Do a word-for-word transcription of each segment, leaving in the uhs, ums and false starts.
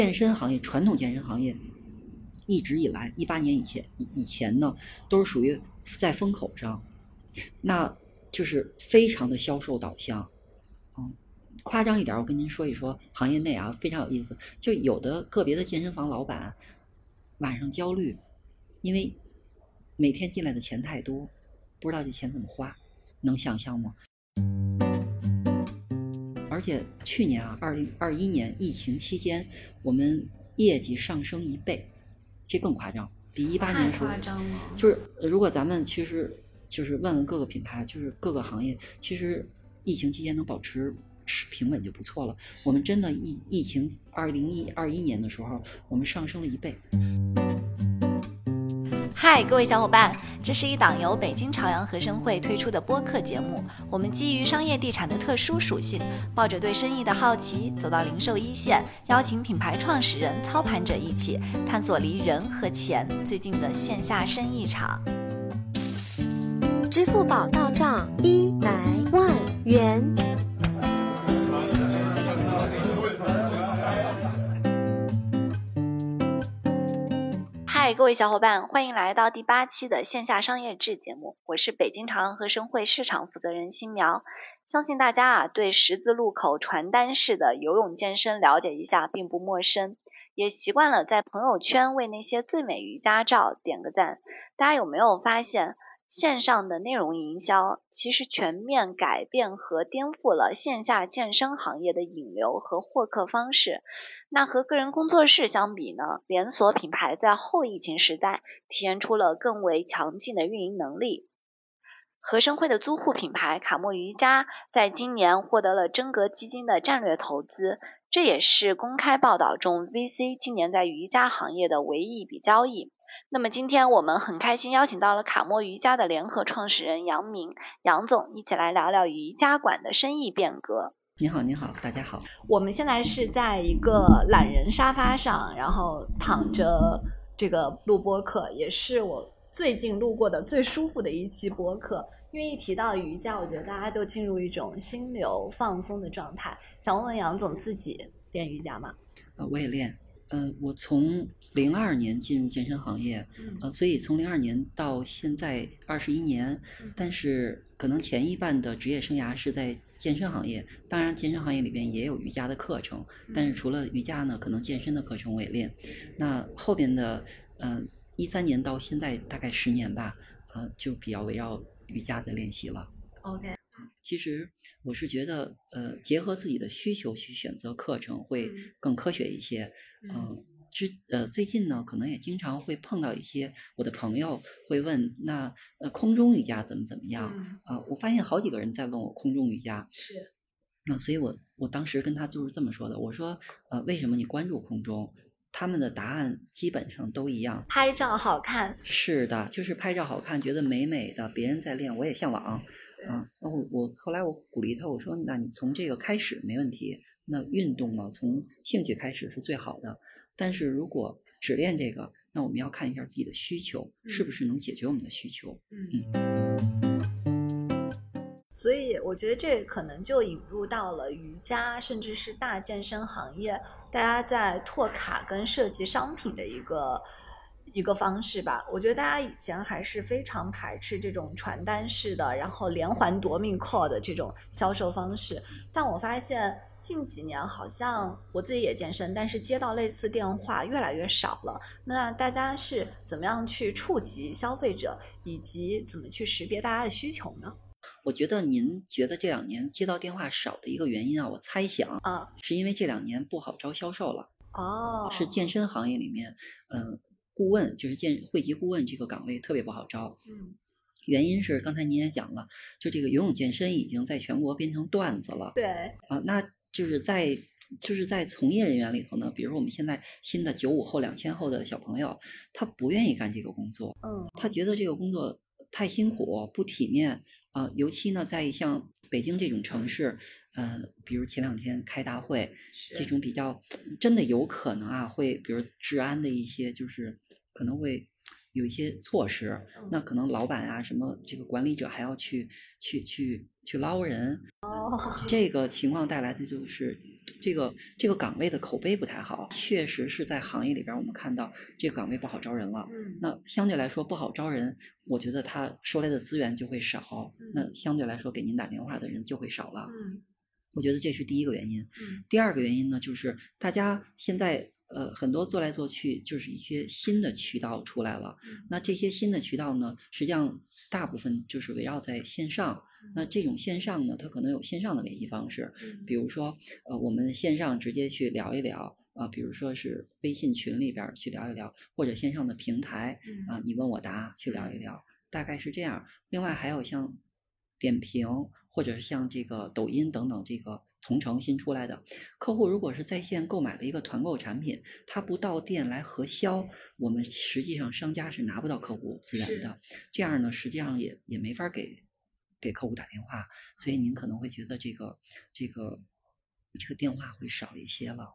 健身行业，传统健身行业一直以来，一八年以前以前呢，都是属于在风口上，那就是非常的销售导向。嗯，夸张一点，我跟您说一说，行业内啊非常有意思，就有的个别的健身房老板晚上焦虑，因为每天进来的钱太多，不知道这钱怎么花，能想象吗？而且去年啊，二零二一年疫情期间，我们业绩上升一倍，这更夸张，比一八年说夸张了。 就是如果咱们其实就是问问各个品牌，就是各个行业，其实疫情期间能保持平稳就不错了。我们真的疫疫情二零二一年的时候，我们上升了一倍。 嗨，各位小伙伴，这是一档由北京朝阳合生汇推出的播客节目。我们基于商业地产的特殊属性，抱着对生意的好奇，走到零售一线，邀请品牌创始人、操盘者一起探索离人和钱最近的线下生意场。 支付宝到账一百万元。 嗨，各位小伙伴，欢迎来到第八期的线下商业志节目，我是北京朝阳合生汇市场负责人新苗。相信大家啊对十字路口传单式的游泳健身了解一下并不陌生，也习惯了在朋友圈为那些最美瑜伽照点个赞。大家有没有发现，线上的内容营销其实全面改变和颠覆了线下健身行业的引流和获客方式？那和个人工作室相比呢，连锁品牌在后疫情时代体现出了更为强劲的运营能力。合生汇的租户品牌卡莫瑜伽在今年获得了真格基金的战略投资，这也是公开报道中 V C 今年在瑜伽行业的唯一一笔交易。那么今天我们很开心邀请到了卡莫瑜伽的联合创始人杨明，杨总一起来聊聊瑜伽馆的生意变革。 你好，你好，大家好。 我们现在是在一个懒人沙发上，然后躺着这个录播客，也是我最近录过的最舒服的一期播客。因为一提到瑜伽，我觉得大家就进入一种心流放松的状态。想问问杨总，自己练瑜伽吗？ 呃，我也练。呃，我从零二年进入健身行业，呃，所以从零二年到现在二十一年，但是可能前一半的职业生涯是在健身行业。当然，健身行业里边也有瑜伽的课程，但是除了瑜伽呢，可能健身的课程我也练。那后边的，呃，一三年到现在大概十年吧，呃，就比较围绕瑜伽的练习了。 OK。 其实我是觉得，呃，结合自己的需求去选择课程会更科学一些。嗯、呃，之呃最近呢，可能也经常会碰到一些我的朋友会问，那呃空中瑜伽怎么怎么样？ 嗯、 呃，我发现好几个人在问我空中瑜伽。 是。 那、呃、所以我我当时跟他就是这么说的，我说，呃，为什么你关注空中？他们的答案基本上都一样， 拍照好看。 是的，就是拍照好看，觉得美美的，别人在练，我也向往。啊，那我我后来我鼓励他，我说，那你从这个开始没问题。那运动嘛，从兴趣开始是最好的。但是如果只练这个，那我们要看一下自己的需求，嗯、是不是能解决我们的需求。嗯。 嗯，所以我觉得这可能就引入到了瑜伽，甚至是大健身行业，大家在拓卡跟设计商品的一个。一个方式吧。我觉得大家以前还是非常排斥这种传单式的，然后连环夺命 call 的这种销售方式，但我发现近几年好像我自己也健身，但是接到类似电话越来越少了。那大家是怎么样去触及消费者，以及怎么去识别大家的需求呢？ 我觉得您觉得这两年接到电话少的一个原因啊，我猜想啊，是因为这两年不好招销售了。 哦， 是健身行业里面，嗯、呃。顾问就是健会籍顾问这个岗位特别不好招， 嗯， 原因是刚才您也讲了，就这个游泳健身已经在全国变成段子了， 对啊，那就是在就是在从业人员里头呢，比如说我们现在新的九五后、两千后的小朋友，他不愿意干这个工作， 嗯， 他觉得这个工作太辛苦、不体面啊、呃，尤其呢，在像北京这种城市。呃，比如前两天开大会，这种比较真的有可能啊，会比如治安的一些，就是可能会有一些措施，那可能老板啊什么这个管理者还要去去去去捞人， 哦， 这个情况带来的就是这个这个岗位的口碑不太好，确实是在行业里边我们看到这个岗位不好招人了。 嗯， 那相对来说不好招人，我觉得他收来的资源就会少， 嗯那相对来说给您打电话的人就会少了。 嗯我觉得这是第一个原因。 嗯第二个原因呢，就是大家现在呃很多做来做去，就是一些新的渠道出来了。 嗯那这些新的渠道呢，实际上大部分就是围绕在线上。那这种线上呢，它可能有线上的联系方式， 嗯比如说呃我们线上直接去聊一聊。啊、比如说是微信群里边去聊一聊，或者线上的平台啊、 嗯你问我答去聊一聊，大概是这样。另外还有像点评或者是像这个抖音等等这个同城新出来的客户，如果是在线购买了一个团购产品，他不到店来核销，我们实际上商家是拿不到客户资源的。这样呢，实际上也也没法给给客户打电话，所以您可能会觉得这个这个这个电话会少一些了。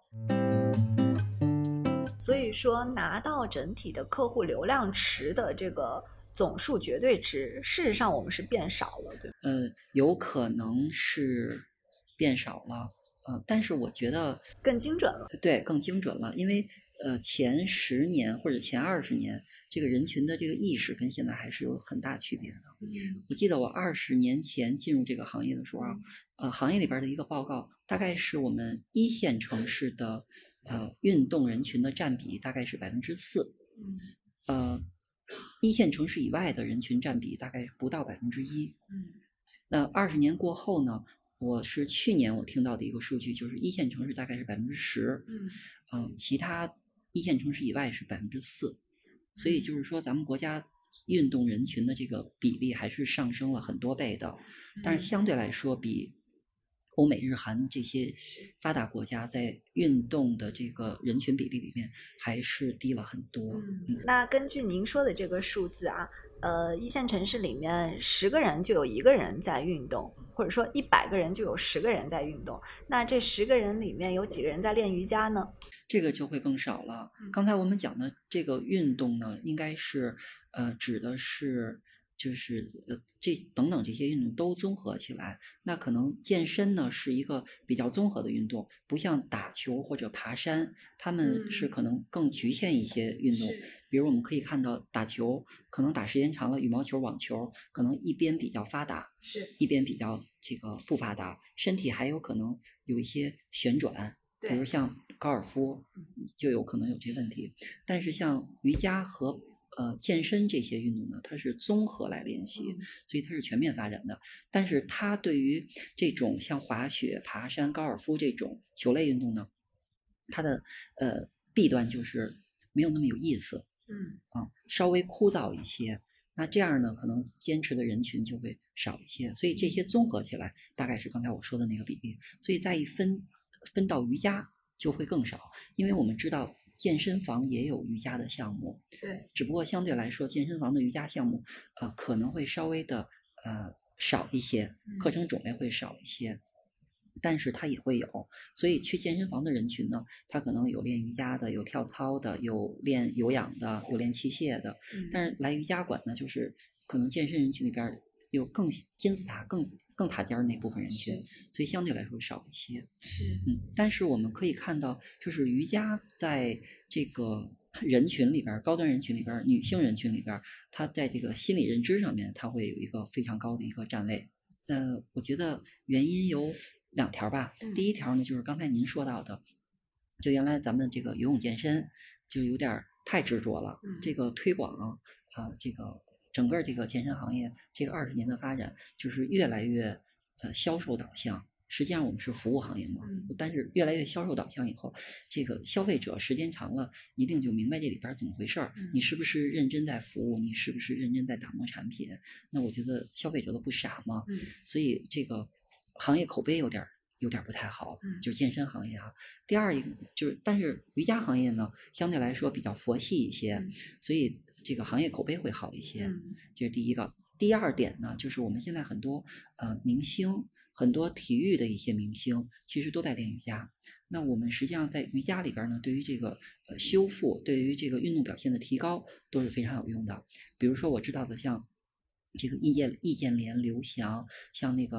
所以说拿到整体的客户流量池的这个总数绝对值，事实上我们是变少了，对吧？ 呃，有可能是变少了，呃，但是我觉得更精准了。 对，更精准了，因为呃前十年或者前二十年，这个人群的这个意识跟现在还是有很大区别的。 嗯我记得我二十年前进入这个行业的时候，呃，行业里边的一个报告，大概是我们一线城市的呃运动人群的占比大概是百分之四， 嗯呃，一线城市以外的人群占比大概不到百分之一。 嗯那二十年过后呢，我是去年我听到的一个数据，就是一线城市大概是百分之十， 嗯嗯，其他一线城市以外是百分之四，所以就是说咱们国家运动人群的这个比例还是上升了很多倍的，但是相对来说比欧美日韩这些发达国家在运动的这个人群比例里面还是低了很多。 嗯，那根据您说的这个数字啊，呃，一线城市里面十个人就有一个人在运动，或者说一百个人就有十个人在运动。那这十个人里面有几个人在练瑜伽呢？ 这个就会更少了。 嗯刚才我们讲的这个运动呢，应该是呃指的是就是呃这等等这些运动都综合起来。那可能健身呢是一个比较综合的运动，不像打球或者爬山，他们是嗯可能更局限一些运动。 是比如我们可以看到打球，可能打时间长了，羽毛球、网球可能一边比较发达， 是， 一边比较这个不发达，身体还有可能有一些旋转。比如像高尔夫就有可能有这问题，但是像瑜伽和呃健身这些运动呢，它是综合来练习， 嗯所以它是全面发展的。但是它对于这种像滑雪、爬山、高尔夫这种球类运动呢，它的呃弊端就是没有那么有意思嗯啊，稍微枯燥一些。那这样呢，可能坚持的人群就会少一些，所以这些综合起来，大概是刚才我说的那个比例。所以再一分分到瑜伽就会更少，因为我们知道健身房也有瑜伽的项目， 对， 只不过相对来说，健身房的瑜伽项目呃可能会稍微的呃少一些，课程种类会少一些。但是它也会有，所以去健身房的人群呢，他可能有练瑜伽的，有跳操的，有练有氧的，有练器械的。 嗯但是来瑜伽馆呢，就是可能健身人群里边有更金字塔、更更塔尖儿那部分人群，所以相对来说少一些。 是嗯，但是我们可以看到，就是瑜伽在这个人群里边，高端人群里边，女性人群里边，它在这个心理认知上面，它会有一个非常高的一个站位。呃，我觉得原因有两条吧。 嗯第一条呢，就是刚才您说到的，就原来咱们这个游泳健身就有点太执着了。 嗯这个推广啊、呃，这个整个这个健身行业这个二十年的发展，就是越来越呃销售导向。实际上我们是服务行业嘛， 嗯但是越来越销售导向以后，这个消费者时间长了，一定就明白这里边怎么回事儿。 嗯你是不是认真在服务？你是不是认真在打磨产品？那我觉得消费者都不傻嘛， 嗯所以这个行业口碑有点儿有点儿不太好， 嗯就是健身行业哈。第二一个就是，但是瑜伽行业呢，相对来说比较佛系一些， 嗯所以这个行业口碑会好一些。 嗯这是第一个。第二点呢，就是我们现在很多呃明星，很多体育的一些明星，其实都在练瑜伽。那我们实际上在瑜伽里边呢，对于这个呃修复，对于这个运动表现的提高都是非常有用的。比如说我知道的像这个易建易建联、刘翔，像那个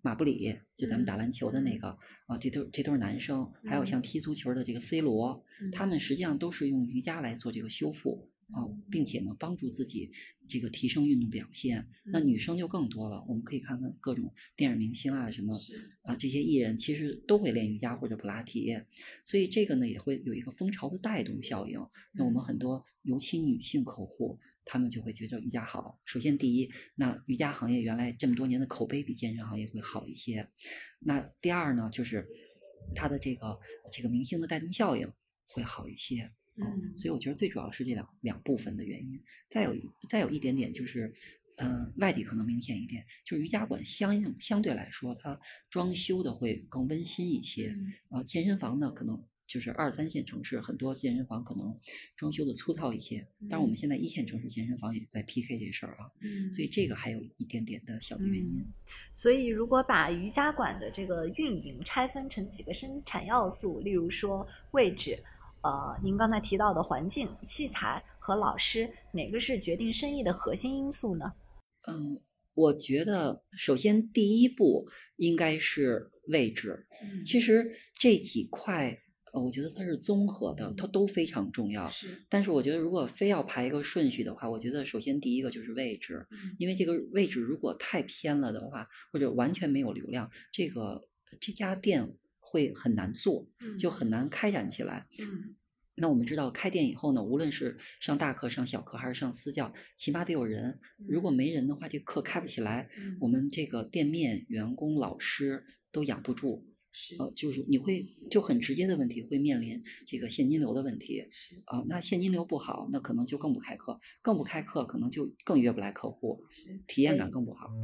马布里，就咱们打篮球的那个啊，这都这都是男生，还有像踢足球的这个 C 罗，他们实际上都是用瑜伽来做这个修复啊，并且呢帮助自己这个提升运动表现。那女生就更多了，我们可以看看各种电影明星啊，什么啊这些艺人其实都会练瑜伽或者普拉提，所以这个呢也会有一个风潮的带动效应。那我们很多尤其女性客户，他们就会觉得瑜伽好。首先第一，那瑜伽行业原来这么多年的口碑比健身行业会好一些。那第二呢，就是它的这个这个明星的带动效应会好一些。嗯，所以我觉得最主要是这两两部分的原因。再有再有一点点就是，嗯、呃，外地可能明显一点，就是瑜伽馆相应相对来说，它装修的会更温馨一些。啊、呃，健身房呢可能就是二三线城市很多健身房可能装修的粗糙一些，但是我们现在一线城市健身房也在 P K 这事儿啊，嗯，所以这个还有一点点的小的原因。 嗯，所以如果把瑜伽馆的这个运营拆分成几个生产要素，例如说位置。呃，您刚才提到的环境、器材和老师，哪个是决定生意的核心因素呢？ 嗯，我觉得首先第一步应该是位置。嗯，其实这几块，呃，我觉得它是综合的，它都非常重要。是，但是我觉得如果非要排一个顺序的话，我觉得首先第一个就是位置，嗯，因为这个位置如果太偏了的话，或者完全没有流量，这个这家店会很难做，就很难开展起来。嗯，那我们知道开店以后呢，无论是上大课、上小课还是上私教，起码得有人。如果没人的话，这课开不起来，我们这个店面、员工、老师都养不住。呃，就是你会就很直接的问题会面临这个现金流的问题。啊、呃，那现金流不好，那可能就更不开课，更不开课，可能就更约不来客户，体验感更不好。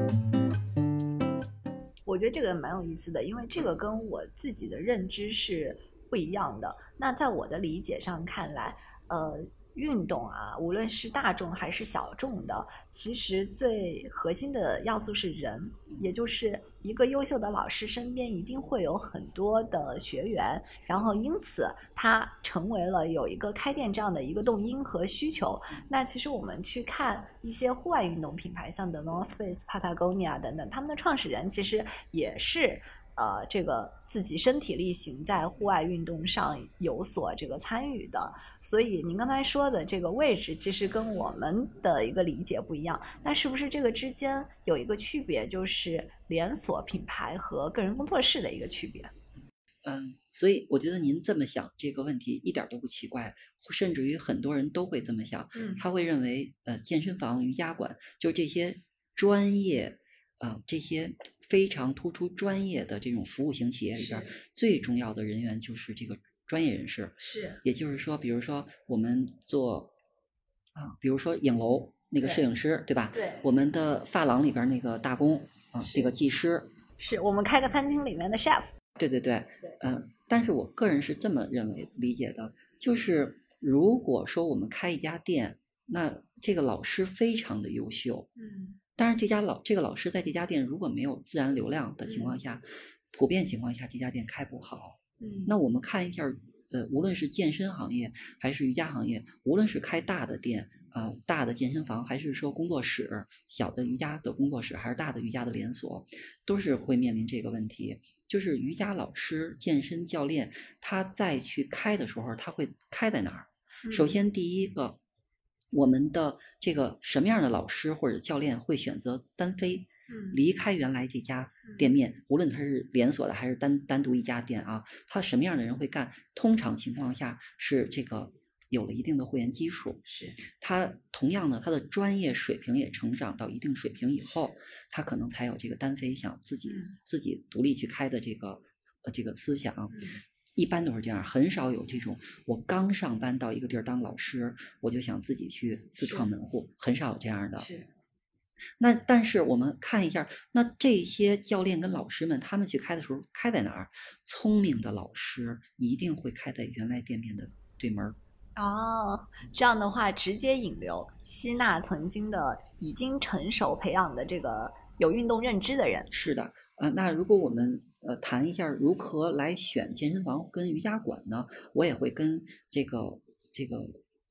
我觉得这个蛮有意思的，因为这个跟我自己的认知是不一样的。那在我的理解上看来，呃，运动啊，无论是大众还是小众的，其实最核心的要素是人，也就是一个优秀的老师身边一定会有很多的学员，然后因此他成为了有一个开店这样的一个动因和需求。那其实我们去看一些户外运动品牌，像 The North Face、Patagonia 等等，他们的创始人其实也是呃，这个自己身体力行在户外运动上有所这个参与的。所以您刚才说的这个位置其实跟我们的一个理解不一样，那是不是这个之间有一个区别，就是连锁品牌和个人工作室的一个区别？ 嗯，所以我觉得您这么想这个问题一点都不奇怪，甚至于很多人都会这么想。嗯，他会认为呃健身房、瑜伽馆就这些专业呃这些非常突出专业的这种服务型企业里边，最重要的人员就是这个专业人士。是，也就是说，比如说我们做啊，比如说影楼那个摄影师， 对, 对吧？对，我们的发廊里边那个大工啊，那个技师， 是我们开个餐厅里面的 chef。 对对对，嗯、呃，但是我个人是这么认为理解的，就是如果说我们开一家店，那这个老师非常的优秀，嗯，当然这家老这个老师在这家店如果没有自然流量的情况下，嗯、普遍情况下这家店开不好，嗯，那我们看一下，呃，无论是健身行业还是瑜伽行业，无论是开大的店。呃，大的健身房还是说工作室，小的瑜伽的工作室，还是大的瑜伽的连锁，都是会面临这个问题。就是瑜伽老师、健身教练，他再去开的时候，他会开在哪儿？嗯、首先，第一个，我们的这个什么样的老师或者教练会选择单飞？离开原来这家店面，无论它是连锁的还是单单独一家店啊，他什么样的人会干？通常情况下是这个。有了一定的会员基础，是他同样的，他的专业水平也成长到一定水平以后，他可能才有这个单飞想自己、嗯、自己独立去开的这个呃这个思想。嗯、一般都是这样，很少有这种我刚上班到一个地儿当老师，我就想自己去自创门户，很少有这样的。是。那但是我们看一下，那这些教练跟老师们他们去开的时候开在哪儿？聪明的老师一定会开在原来店面的对门。 哦，这样的话直接引流，吸纳曾经的已经成熟培养的这个有运动认知的人。 是的，呃，那如果我们呃谈一下如何来选健身房跟瑜伽馆呢？我也会跟这个这个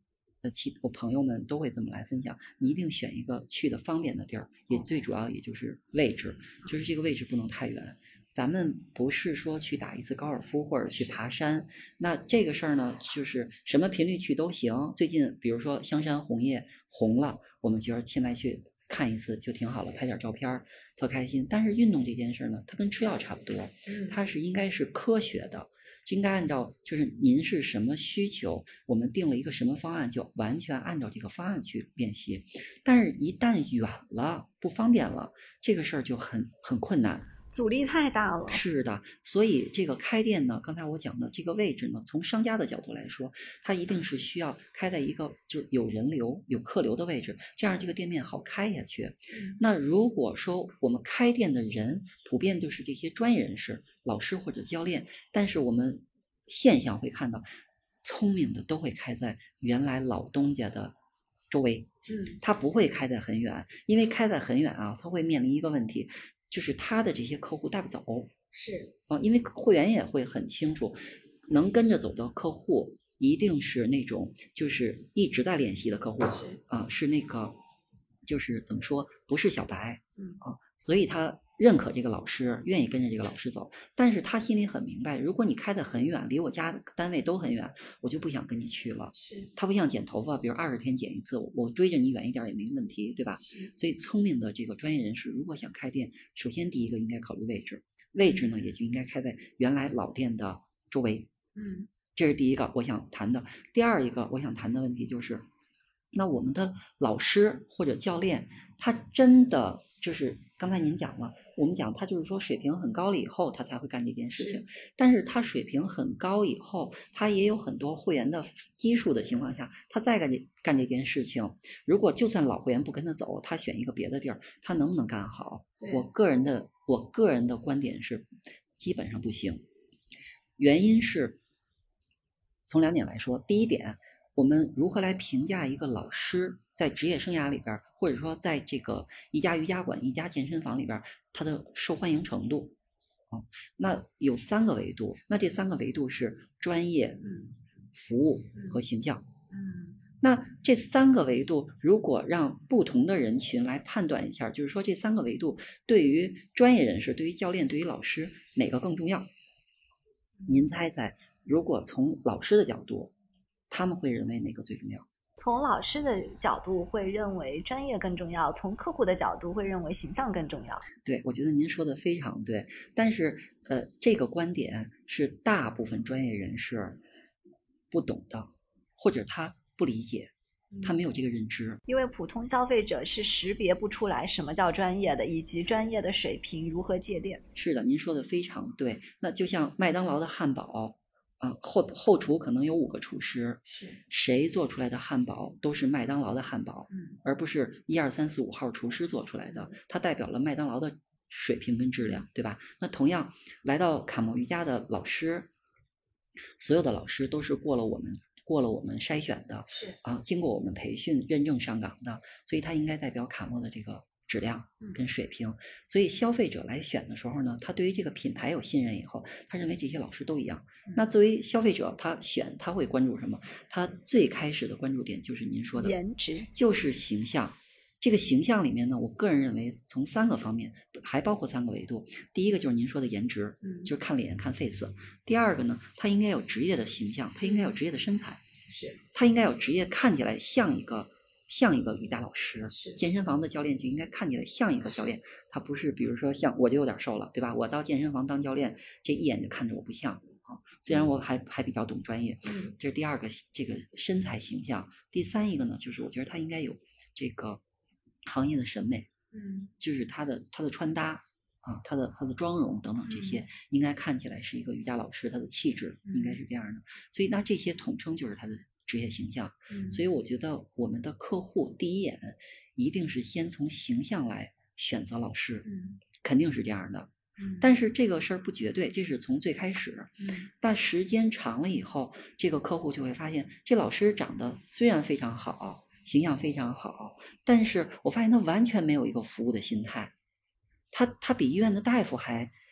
呃，其我朋友们都会这么来分享，你一定选一个去的方便的地儿，也最主要也就是位置，就是这个位置不能太远。咱们不是说去打一次高尔夫或者去爬山，那这个事儿呢，就是什么频率去都行。最近比如说香山红叶红了，我们觉得现在去看一次就挺好了，拍点照片特开心。但是运动这件事呢，它跟吃药差不多，它是应该是科学的，就应该按照就是您是什么需求，我们定了一个什么方案，就完全按照这个方案去练习。但是一旦远了不方便了，这个事儿就很很困难， 阻力太大了。 是的，所以这个开店呢，刚才我讲的这个位置呢，从商家的角度来说，它一定是需要开在一个就是有人流、有客流的位置，这样这个店面好开下去。 嗯、 那如果说我们开店的人普遍就是这些专业人士、老师或者教练，但是我们现象会看到，聪明的都会开在原来老东家的周围， 嗯， 他不会开在很远，因为开在很远啊，他会面临一个问题。就是他的这些客户带不走， 是啊，因为会员也会很清楚，能跟着走的客户一定是那种就是一直在练习的客户啊，是那个就是怎么说，不是小白， 嗯啊，所以他认可这个老师，愿意跟着这个老师走，但是他心里很明白，如果你开得很远，离我家单位都很远，我就不想跟你去了。 是， 他不像剪头发，比如二十天剪一次，我追着你远一点也没问题，对吧？所以聪明的这个专业人士，如果想开店，首先第一个应该考虑位置，位置呢也就应该开在原来老店的周围。 嗯， 这是第一个我想谈的。第二一个我想谈的问题就是，那我们的老师或者教练，他真的就是刚才您讲了，我们讲他就是说水平很高了以后，他才会干这件事情。但是他水平很高以后，他也有很多会员的基数的情况下，他再干这干这件事情，如果就算老会员不跟他走，他选一个别的地儿，他能不能干好？我个人的我个人的观点是，基本上不行。原因是从两点来说，第一点，我们如何来评价一个老师在职业生涯里边，或者说在这个一家瑜伽馆、一家健身房里边，他的受欢迎程度啊？那有三个维度，那这三个维度是专业、服务和形象。 嗯， 那这三个维度，如果让不同的人群来判断一下，就是说这三个维度对于专业人士、对于教练、对于老师哪个更重要？您猜猜，如果从老师的角度，他们会认为哪个最重要？ 从老师的角度会认为专业更重要，从客户的角度会认为形象更重要。 对，我觉得您说的非常对，但是呃，这个观点是大部分专业人士不懂的，或者他不理解，他没有这个认知。 因为普通消费者是识别不出来什么叫专业的，以及专业的水平如何界定。 是的，您说的非常对。那就像麦当劳的汉堡啊，后后厨可能有五个厨师， 是谁做出来的汉堡都是麦当劳的汉堡， 嗯， 而不是一二三四五号厨师做出来的，它代表了麦当劳的水平跟质量，对吧？那同样来到卡莫瑜伽的老师，所有的老师都是过了我们过了我们筛选的， 是啊，经过我们培训认证上岗的，所以它应该代表卡莫的这个质量跟水平。嗯、所以消费者来选的时候呢，他对于这个品牌有信任以后，他认为这些老师都一样。嗯、那作为消费者，他选他会关注什么？他最开始的关注点就是您说的颜值， 就是形象。这个形象里面呢，我个人认为从三个方面，还包括三个维度。第一个就是您说的颜值， 嗯， 就是看脸看 face。第二个呢，他应该有职业的形象，他应该有职业的身材， 是， 他应该有职业，看起来像一个像一个瑜伽老师。 是， 健身房的教练就应该看起来像一个教练，他不是比如说像我就有点瘦了，对吧？我到健身房当教练，这一眼就看着我不像啊。虽然我还还比较懂专业， 嗯， 这是第二个这个身材形象。第三一个呢，就是我觉得他应该有这个行业的审美， 嗯， 就是他的他的穿搭啊，他的他的妆容等等这些， 嗯、 应该看起来是一个瑜伽老师，他的气质应该是这样的。嗯、所以那这些统称就是他的职业形象。 嗯、 所以我觉得我们的客户第一眼一定是先从形象来选择老师， 嗯、 肯定是这样的。 嗯、 但是这个事儿不绝对，这是从最开始。 嗯、 但时间长了以后，这个客户就会发现，这老师长得虽然非常好，形象非常好，但是我发现他完全没有一个服务的心态，他他比医院的大夫还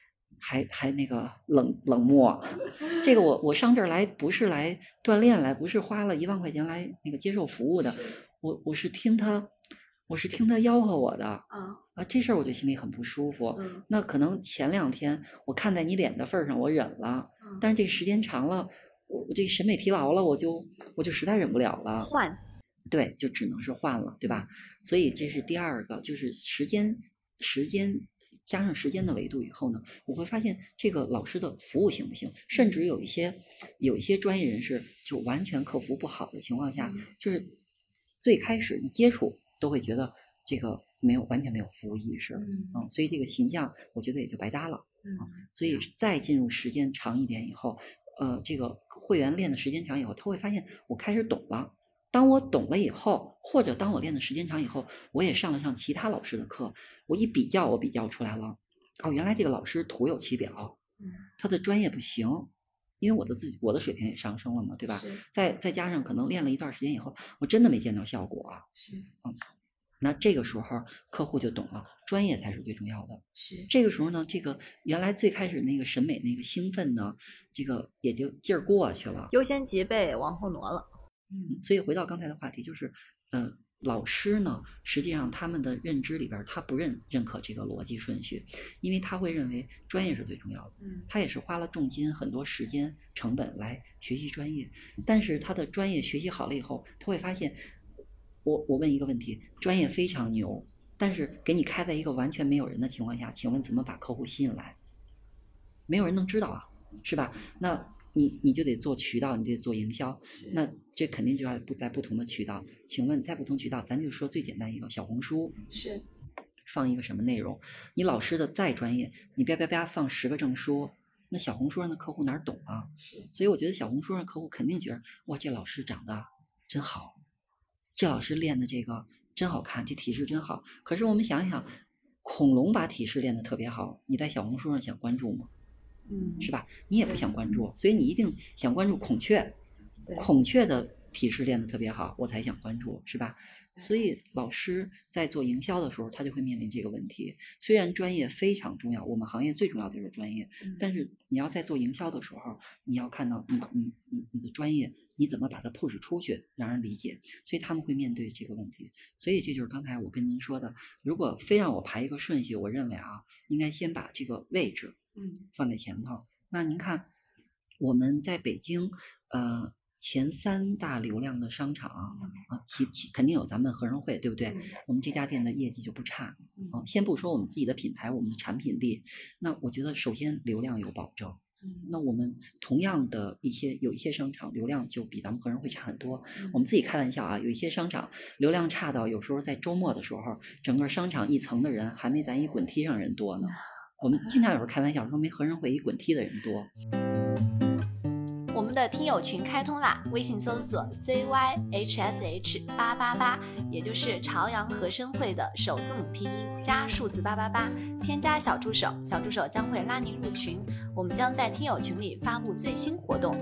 还还那个冷冷漠。这个我我上这儿来不是来锻炼来，不是花了一万块钱来那个接受服务的，我我是听他。我是听他吆喝我的啊，啊，这事儿我就心里很不舒服。 嗯、 那可能前两天我看在你脸的份儿上，我忍了， 嗯、 但是这时间长了，我我这审美疲劳了，我就我就实在忍不了了。 换， 对，就只能是换了，对吧？所以这是第二个，就是时间时间加上时间的维度以后呢，我会发现这个老师的服务行不行，甚至有一些有一些专业人士就完全客服不好的情况下， 嗯、 就是最开始一接触。都会觉得这个没有完全没有服务意识， 嗯， 嗯，所以这个形象我觉得也就白搭了， 嗯， 所以再进入时间长一点以后，呃，这个会员练的时间长以后，他会发现我开始懂了。当我懂了以后，或者当我练的时间长以后，我也上了上其他老师的课，我一比较，我比较出来了，哦，原来这个老师徒有其表， 嗯， 他的专业不行。因为我的自己我的水平也上升了嘛，对吧？再再加上可能练了一段时间以后，我真的没见到效果啊。 是， 嗯，那这个时候客户就懂了，专业才是最重要的。 是， 这个时候呢，这个原来最开始那个审美那个兴奋呢，这个也就劲儿过去了， 优先级被往后挪了。 嗯，所以回到刚才的话题，就是，呃。老师呢，实际上他们的认知里边，他不认认可这个逻辑顺序，因为他会认为专业是最重要的。 嗯， 他也是花了重金、很多时间成本来学习专业，但是他的专业学习好了以后，他会发现，我我问一个问题，专业非常牛，但是给你开在一个完全没有人的情况下，请问怎么把客户吸引来？没有人能知道啊，是吧？那。你你就得做渠道，你得做营销，那这肯定就要不在不同的渠道。请问在不同渠道，咱就说最简单一个小红书， 是放一个什么内容？你老师的再专业，你叭叭叭放十个证书，那小红书上的客户哪懂啊？ 是， 所以我觉得小红书上客户肯定觉得哇，这老师长得真好，这老师练的这个真好看，这体式真好。可是我们想一想，恐龙把体式练得特别好，你在小红书上想关注吗？ 嗯， 是吧？你也不想关注，所以你一定想关注孔雀，孔雀的体式练得特别好，我才想关注，是吧？所以老师在做营销的时候，他就会面临这个问题。虽然专业非常重要，我们行业最重要的就是专业， 嗯、 但是你要在做营销的时候，你要看到你你你你的专业，你怎么把它 push 出去，让人理解。所以他们会面对这个问题。所以这就是刚才我跟您说的，如果非让我排一个顺序，我认为啊，应该先把这个位置。 嗯， 放在前头。那您看，我们在北京，呃，前三大流量的商场啊，其其肯定有咱们和仁汇，对不对？ 嗯、 我们这家店的业绩就不差。 嗯、 啊，先不说我们自己的品牌，我们的产品力，那我觉得首先流量有保证。 嗯、 那我们同样的一些有一些商场流量就比咱们和仁汇差很多。 嗯、 我们自己开玩笑啊，有一些商场流量差到有时候在周末的时候，整个商场一层的人还没咱一滚梯上人多呢。我们经常有时候开玩笑说没和仁汇一滚梯的人多。 我们的听友群开通啦，微信搜索 C Y H S H 八八八，也就是朝阳和生汇的首字母拼音加数字八八八，添加小助手，小助手将会拉您入群，我们将在听友群里发布最新活动。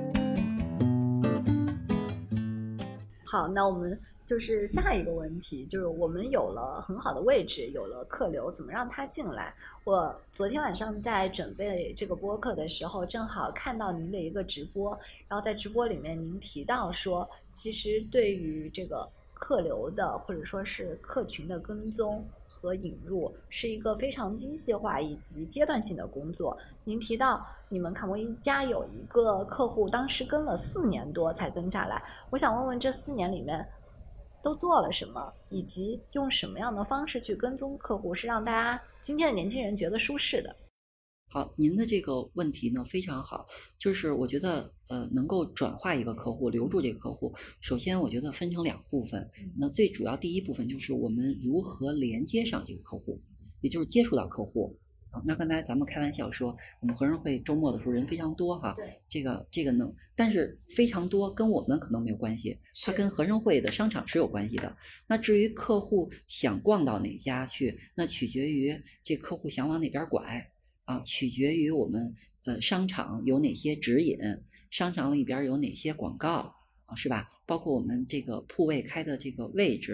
好，那我们就是下一个问题，就是我们有了很好的位置，有了客流，怎么让他进来？我昨天晚上在准备这个播客的时候，正好看到您的一个直播，然后在直播里面您提到说，其实对于这个客流的或者说是客群的跟踪和引入是一个非常精细化以及阶段性的工作。您提到你们卡莫一家有一个客户当时跟了四年多才跟下来，我想问问这四年里面都做了什么，以及用什么样的方式去跟踪客户是让大家今天的年轻人觉得舒适的。 好，您的这个问题呢非常好，就是我觉得呃能够转化一个客户，留住这个客户，首先我觉得分成两部分。那最主要第一部分就是我们如何连接上这个客户，也就是接触到客户。啊，那刚才咱们开玩笑说，我们和仁汇周末的时候人非常多哈， 对， 这个这个呢，但是非常多跟我们可能没有关系，它跟和仁汇的商场是有关系的。那至于客户想逛到哪家去，那取决于这客户想往哪边拐。啊，取决于我们呃商场有哪些指引，商场里边有哪些广告啊，是吧？包括我们这个铺位开的这个位置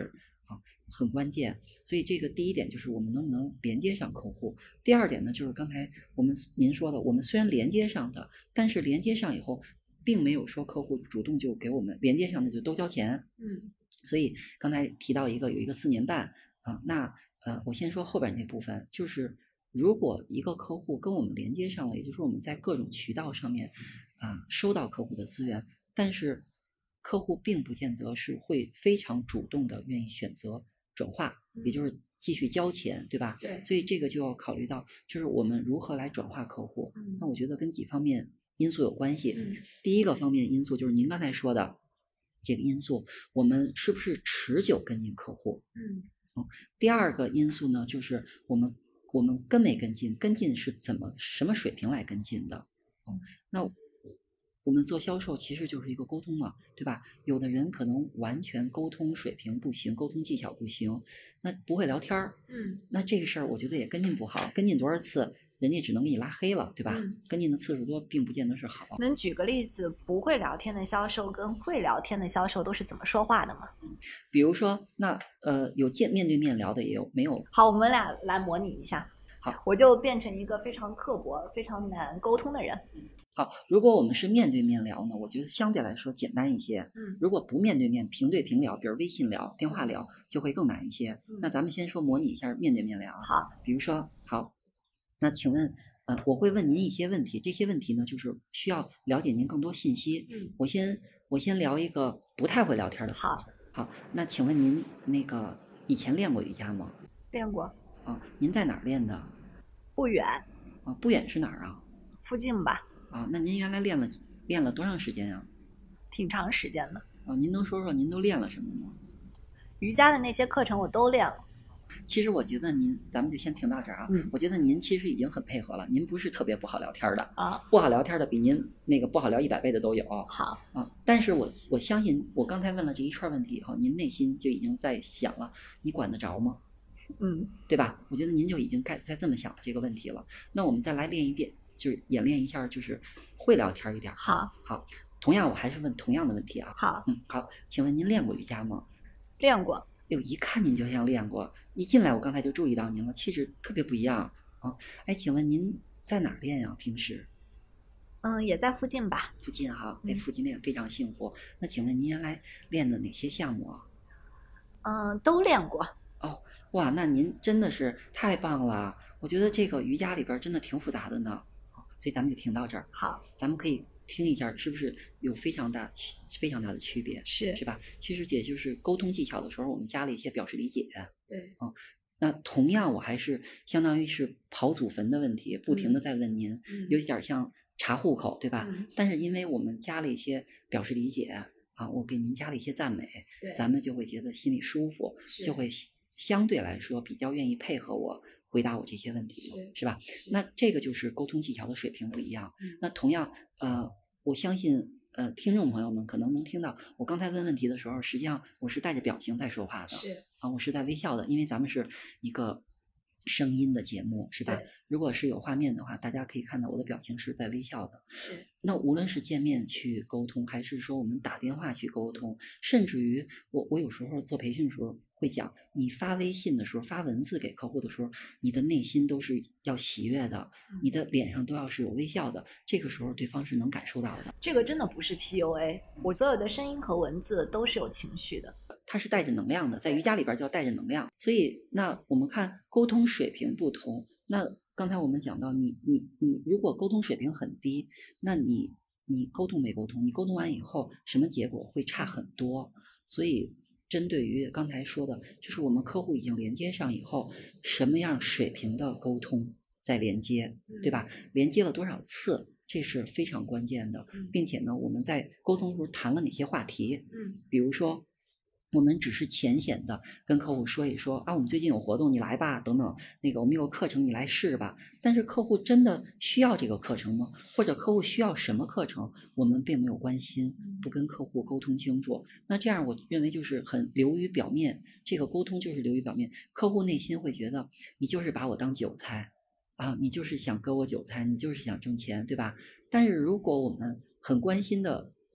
啊，很关键。所以这个第一点就是我们能不能连接上客户。第二点呢，就是刚才我们您说的，我们虽然连接上的，但是连接上以后，并没有说客户主动就给我们连接上的就都交钱。 嗯， 所以刚才提到一个有一个四年半啊，那呃，我先说后边那部分，就是如果一个客户跟我们连接上了，也就是说我们在各种渠道上面啊收到客户的资源，但是客户并不见得是会非常主动的愿意选择转化，也就是继续交钱，对吧？ 对， 所以这个就要考虑到，就是我们如何来转化客户。 嗯， 那我觉得跟几方面因素有关系。 嗯， 第一个方面因素就是您刚才说的这个因素，我们是不是持久跟进客户？ 嗯嗯，第二个因素呢，就是我们我们跟没跟进，跟进是怎么什么水平来跟进的？嗯，那我们做销售其实就是一个沟通嘛，对吧？有的人可能完全沟通水平不行，沟通技巧不行，那不会聊天儿， 嗯， 那这个事儿我觉得也跟进不好，跟进多少次，人家只能给你拉黑了，对吧？ 嗯， 跟进的次数多，并不见得是好。 能举个例子，不会聊天的销售跟会聊天的销售都是怎么说话的吗？ 比如说，那呃，有见面对面聊的，也有没有？ 好，我们俩来模拟一下。 好， 我就变成一个非常刻薄、非常难沟通的人。 好，如果我们是面对面聊呢，我觉得相对来说简单一些。 嗯， 如果不面对面，平对平聊，比如微信聊、电话聊，就会更难一些。 嗯， 那咱们先说模拟一下面对面聊。 好， 比如说，好，那请问，呃，我会问您一些问题，这些问题呢，就是需要了解您更多信息。 嗯， 我先我先聊一个不太会聊天的。 好， 好，那请问您那个以前练过瑜伽吗？ 练过。 啊，您在哪儿练的？ 不远。 啊，不远是哪儿啊？ 附近吧。 啊，那您原来练了练了多长时间呀？ 挺长时间的。 啊，您能说说您都练了什么吗？ 瑜伽的那些课程我都练了。 其实我觉得您，咱们就先停到这儿啊。 嗯， 我觉得您其实已经很配合了，您不是特别不好聊天的啊， 不好聊天的比您那个不好聊一百倍的都有。 好啊，但是我我相信，我刚才问了这一串问题以后，您内心就已经在想了，你管得着吗？ 嗯， 对吧？我觉得您就已经该在这么想这个问题了。那我们再来练一遍，就是演练一下，就是会聊天一点。 好， 好，同样我还是问同样的问题啊。 好， 嗯，好，请问您练过瑜伽吗？ 练过。 哟，一看您就像练过，一进来我刚才就注意到您了，气质特别不一样啊。哎，请问您在哪儿练呀？平时？ 嗯，也在附近吧。 附近哈，哎，附近练非常幸福。那请问您原来练的哪些项目啊？ 嗯，都练过。 哦，哇，那您真的是太棒了！我觉得这个瑜伽里边真的挺复杂的呢，所以咱们就停到这儿。 好， 咱们可以听一下，是不是有非常大区非常大的区别？ 是是吧？其实也就是沟通技巧的时候，我们加了一些表示理解。 对， 嗯，那同样我还是相当于是刨祖坟的问题，不停的在问您， 嗯、 有点像查户口，对吧？ 嗯、 但是因为我们加了一些表示理解啊，我给您加了一些赞美，咱们就会觉得心里舒服，就会相对来说比较愿意配合我回答我这些问题，是, 是吧？是那这个就是沟通技巧的水平不一样。 嗯、 那同样，呃，我相信，呃，听众朋友们可能能听到我刚才问问题的时候，实际上我是带着表情在说话的， 是啊，我是在微笑的，因为咱们是一个声音的节目，是吧？如果是有画面的话，大家可以看到我的表情是在微笑的。 是。 那无论是见面去沟通，还是说我们打电话去沟通，甚至于我我有时候做培训的时候会讲，你发微信的时候，发文字给客户的时候，你的内心都是要喜悦的，你的脸上都要是有微笑的，这个时候对方是能感受到的。 这个真的不是 P U A， 我所有的声音和文字都是有情绪的。 它是带着能量的，在瑜伽里边叫带着能量。所以那我们看沟通水平不同，那刚才我们讲到你你你如果沟通水平很低，那你你沟通没沟通，你沟通完以后什么结果会差很多。所以针对于刚才说的，就是我们客户已经连接上以后，什么样水平的沟通再连接，对吧？连接了多少次，这是非常关键的，并且呢，我们在沟通的时候谈了哪些话题， 嗯， 比如说我们只是浅显的跟客户说一说啊，我们最近有活动，你来吧，等等，那个我们有课程，你来试吧。但是客户真的需要这个课程吗？或者客户需要什么课程，我们并没有关心，不跟客户沟通清楚。那这样我认为就是很流于表面，这个沟通就是流于表面，客户内心会觉得你就是把我当韭菜啊，你就是想割我韭菜，你就是想挣钱，对吧？但是如果我们很关心的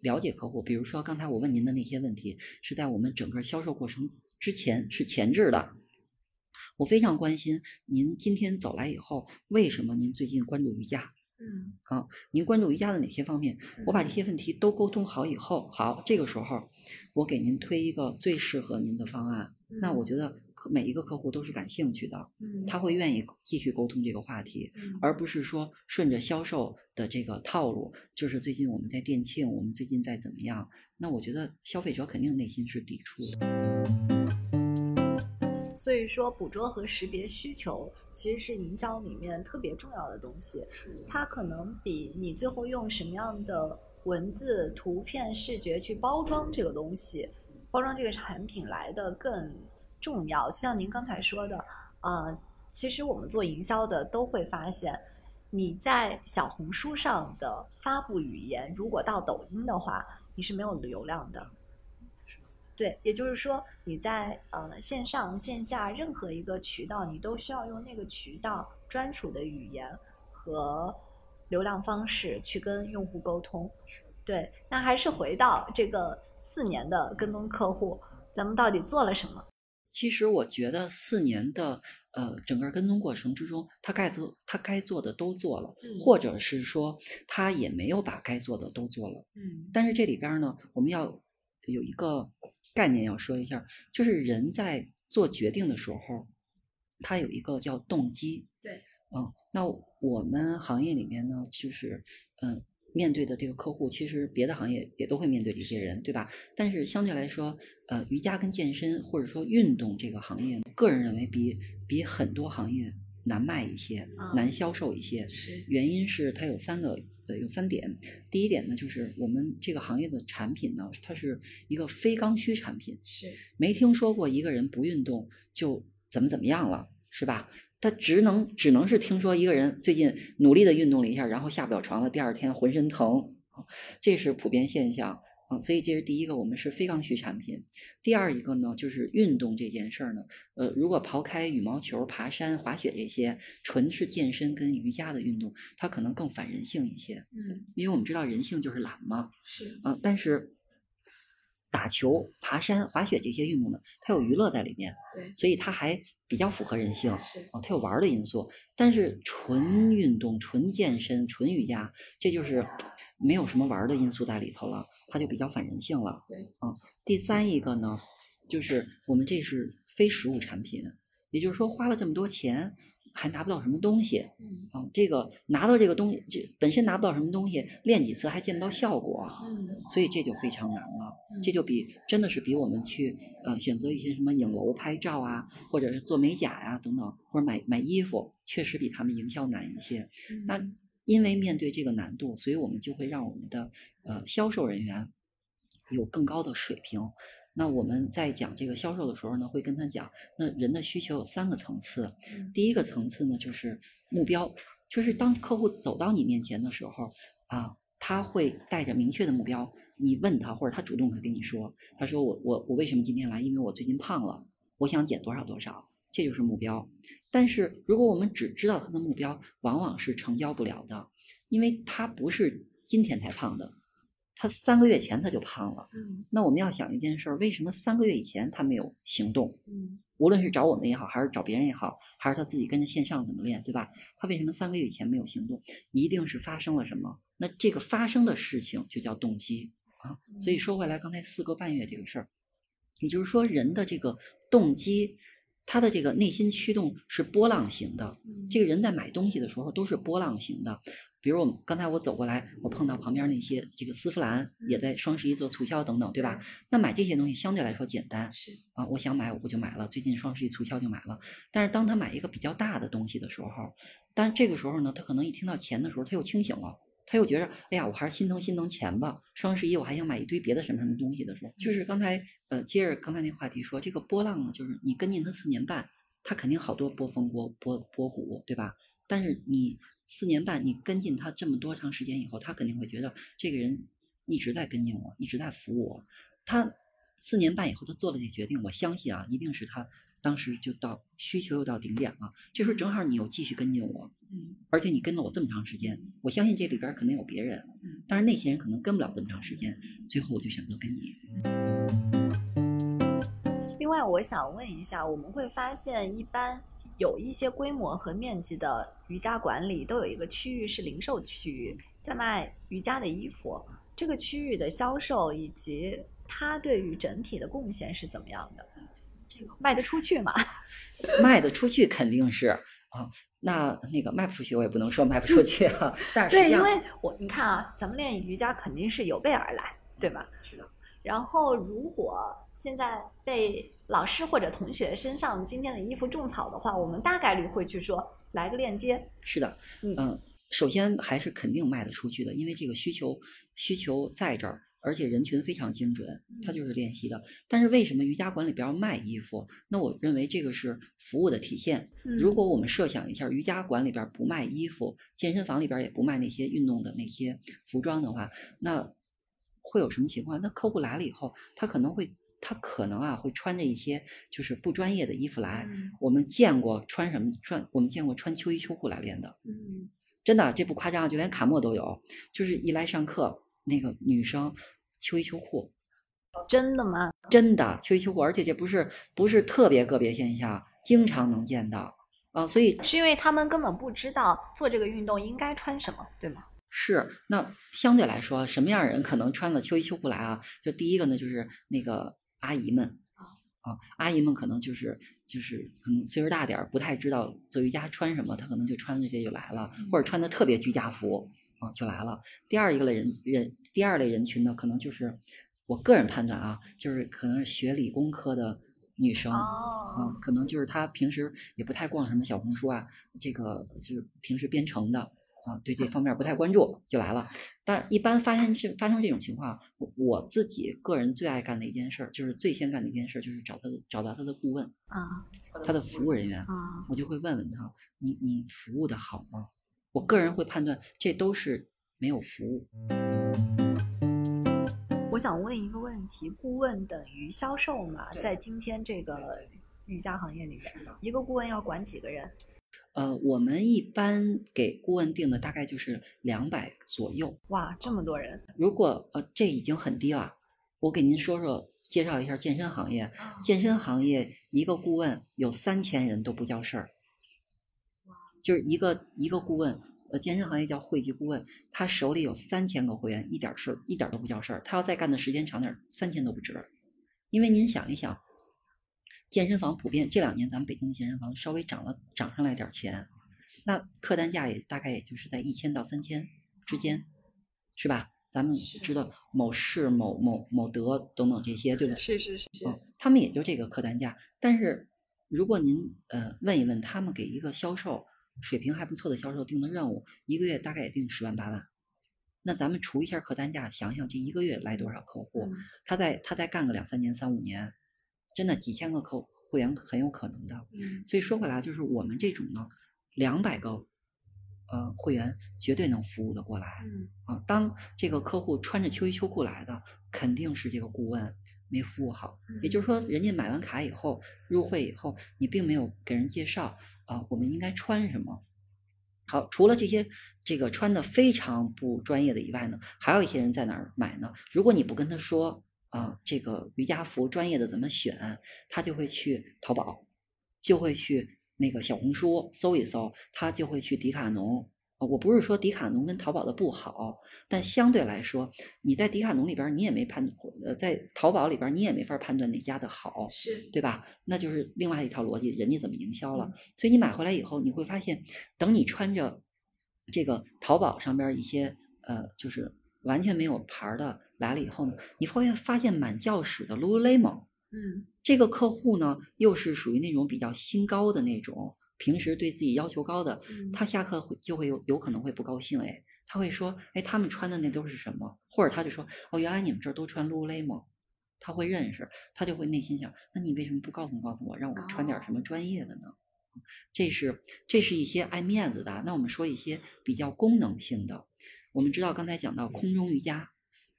了解客户，比如说刚才我问您的那些问题，是在我们整个销售过程之前是前置的。我非常关心您今天走来以后，为什么您最近关注瑜伽？ 嗯， 啊，您关注瑜伽的哪些方面？我把这些问题都沟通好以后，好，这个时候我给您推一个最适合您的方案。 嗯、 那我觉得每一个客户都是感兴趣的， 嗯、 他会愿意继续沟通这个话题， 嗯、 而不是说顺着销售的这个套路，就是最近我们在店庆，我们最近在怎么样？那我觉得消费者肯定内心是抵触的。 所以说，捕捉和识别需求其实是营销里面特别重要的东西。它可能比你最后用什么样的文字、图片、视觉去包装这个东西、包装这个产品来的更重要。就像您刚才说的，呃，其实我们做营销的都会发现，你在小红书上的发布语言，如果到抖音的话，你是没有流量的。对，也就是说你在呃线上线下任何一个渠道，你都需要用那个渠道专属的语言和流量方式去跟用户沟通。对，那还是回到这个四年的跟踪客户，咱们到底做了什么？ 其实我觉得四年的呃整个跟踪过程之中，他该做他该做的都做了， 嗯、 或者是说他也没有把该做的都做了。 嗯， 但是这里边呢，我们要有一个概念要说一下，就是人在做决定的时候，他有一个叫动机。 对， 嗯，那我们行业里面呢，就是嗯。面对的这个客户，其实别的行业也都会面对这些人，对吧？但是相对来说，呃，瑜伽跟健身或者说运动这个行业，个人认为比比很多行业难卖一些， 啊、 难销售一些。原因是它有三个呃有三点。第一点呢，就是我们这个行业的产品呢，它是一个非刚需产品， 是没听说过一个人不运动就怎么怎么样了，是吧？他只能只能是听说一个人最近努力的运动了一下，然后下不了床了，第二天浑身疼，这是普遍现象啊。所以这是第一个，我们是非刚需产品。第二一个呢，就是运动这件事儿呢，呃，如果刨开羽毛球、爬山、滑雪这些，纯是健身跟瑜伽的运动，它可能更反人性一些。 嗯， 因为我们知道人性就是懒嘛， 是啊，但是打球、爬山、滑雪这些运动呢，它有娱乐在里面， 对， 所以它还比较符合人性， 是啊，它有玩的因素。但是纯运动、纯健身、纯瑜伽，这就是没有什么玩的因素在里头了，它就比较反人性了。 对， 啊，第三一个呢，就是我们这是非实物产品，也就是说花了这么多钱。还拿不到什么东西， 嗯， 啊，这个拿到这个东西，就本身拿不到什么东西，练几次还见不到效果， 嗯， 所以这就非常难了。 嗯、 这就比真的是比我们去呃选择一些什么影楼拍照啊，或者是做美甲呀、啊、等等，或者买买衣服，确实比他们营销难一些。 嗯、 那因为面对这个难度，所以我们就会让我们的呃销售人员有更高的水平。那我们在讲这个销售的时候呢，会跟他讲，那人的需求有三个层次。第一个层次呢，就是目标，就是当客户走到你面前的时候啊，他会带着明确的目标，你问他或者他主动会跟你说，他说我我我为什么今天来？因为我最近胖了，我想减多少多少，这就是目标。但是如果我们只知道他的目标，往往是成交不了的，因为他不是今天才胖的。他三个月前他就胖了， 嗯， 那我们要想一件事儿，为什么三个月以前他没有行动？ 嗯， 无论是找我们也好，还是找别人也好，还是他自己跟着线上怎么练，对吧？他为什么三个月以前没有行动？一定是发生了什么？那这个发生的事情就叫动机啊。所以说回来，刚才四个半月这个事儿，也就是说人的这个动机，他的这个内心驱动是波浪形的。这个人在买东西的时候都是波浪形的。比如我们刚才我走过来，我碰到旁边那些这个丝芙兰也在双十一做促销等等，对吧？那买这些东西相对来说简单， 是啊，我想买我就买了，最近双十一促销就买了。但是当他买一个比较大的东西的时候，但是这个时候呢，他可能一听到钱的时候，他又清醒了，他又觉得，哎呀，我还是心疼心疼钱吧。双十一我还想买一堆别的什么什么东西的时候，就是刚才呃接着刚才那话题说，这个波浪呢，就是你跟进他四年半，他肯定好多波峰波波波谷，对吧？但是你四年半你跟进他这么多长时间以后，他肯定会觉得这个人一直在跟进我，一直在服务我。他四年半以后他做了这决定，我相信啊，一定是他当时就到需求又到顶点了，这时候正好你又继续跟进我， 嗯， 而且你跟了我这么长时间，我相信这里边可能有别人， 嗯， 但是那些人可能跟不了这么长时间，最后我就选择跟你。 另外，我想问一下，我们会发现一般有一些规模和面积的瑜伽馆里都有一个区域是零售区域，在卖瑜伽的衣服。这个区域的销售以及它对于整体的贡献是怎么样的？这个卖得出去吗？ 卖得出去肯定是啊，那那个卖不出去我也不能说卖不出去啊。但是对，因为我你看啊，咱们练瑜伽肯定是有备而来，对吧？ 是的。 然后如果现在被老师或者同学身上今天的衣服种草的话，我们大概率会去说来个链接。 是的， 嗯。 呃首先还是肯定卖得出去的，因为这个需求需求在这儿，而且人群非常精准，它就是练习的。但是为什么瑜伽馆里边要卖衣服？那我认为这个是服务的体现。如果我们设想一下，瑜伽馆里边不卖衣服，健身房里边也不卖那些运动的那些服装的话，那会有什么情况？那客户来了以后，他可能会。他可能啊会穿着一些就是不专业的衣服来， 嗯、 我们见过穿什么穿，我们见过穿秋衣秋裤来练的， 嗯， 真的这不夸张，就连卡莫都有，就是一来上课，那个女生秋衣秋裤， 真的吗？ 真的秋衣秋裤，而且这不是不是特别个别现象，经常能见到啊，所以是因为他们根本不知道做这个运动应该穿什么，对吗？ 是，那相对来说，什么样的人可能穿了秋衣秋裤来啊？就第一个呢，就是那个阿姨们。啊，阿姨们可能就是就是可能岁数大点儿，不太知道做瑜伽穿什么，她可能就穿这些就来了，或者穿的特别居家服啊就来了。第二一个类人人，第二类人群呢，可能就是我个人判断啊，就是可能是学理工科的女生啊、 哦嗯，可能就是她平时也不太逛什么小红书啊，这个就是平时编程的。啊，对这方面不太关注就来了，但一般发现这发生这种情况，我我自己个人最爱干的一件事，就是最先干的一件事，就是找他的找到他的顾问啊， 他的服务人员啊， 我就会问问他，你你服务的好吗？我个人会判断这都是没有服务。 我想问一个问题，顾问等于销售吗？在今天这个瑜伽行业里面，一个顾问要管几个人？ 呃，我们一般给顾问定的大概就是两百左右。 哇，这么多人！ 如果呃这已经很低了，我给您说说，介绍一下健身行业。健身行业一个顾问有三千人都不叫事儿，就是一个一个顾问，呃，健身行业叫会籍顾问，他手里有三千个会员，一点事儿一点都不叫事儿。他要再干的时间长点，三千都不值。因为您想一想。健身房普遍这两年，咱们北京的健身房稍微涨了，涨上来点钱，那客单价也大概也就是在一千到三千之间，是吧？咱们知道某市、某某某德等等这些，对不对？ 是是是是、 嗯，他们也就这个客单价。但是如果您呃问一问他们，给一个销售水平还不错的销售定的任务，一个月大概也定十万八万。那咱们除一下客单价，想想这一个月来多少客户， 嗯、 他再他再干个两三年、三五年。真的几千个客户会员很有可能的， 嗯， 所以说回来就是我们这种呢，两百个呃会员绝对能服务得过来， 嗯啊，当这个客户穿着秋衣秋裤来的，肯定是这个顾问没服务好， 嗯、 也就是说，人家买完卡以后入会以后，你并没有给人介绍啊，我们应该穿什么。好，除了这些这个穿的非常不专业的以外呢，还有一些人在哪儿买呢？如果你不跟他说。啊，这个瑜伽服专业的怎么选，他就会去淘宝，就会去那个小红书搜一搜，他就会去迪卡侬。啊，我不是说迪卡侬跟淘宝的不好，但相对来说，你在迪卡侬里边你也没判，呃，在淘宝里边你也没法判断哪家的好， 是对吧？那就是另外一套逻辑，人家怎么营销了。所以你买回来以后，你会发现，等你穿着这个淘宝上边一些呃，就是完全没有牌的。来了以后呢，你会发现满教室的 Lululemon， 嗯， 这个客户呢又是属于那种比较心高的那种，平时对自己要求高的， 嗯、 他下课会就会有有可能会不高兴，哎，他会说，哎，他们穿的那都是什么？或者他就说，哦，原来你们这儿都穿 Lululemon， 他会认识，他就会内心想，那你为什么不告诉告诉我，让我穿点什么专业的呢？哦、这是这是一些爱面子的。那我们说一些比较功能性的，我们知道刚才讲到空中瑜伽。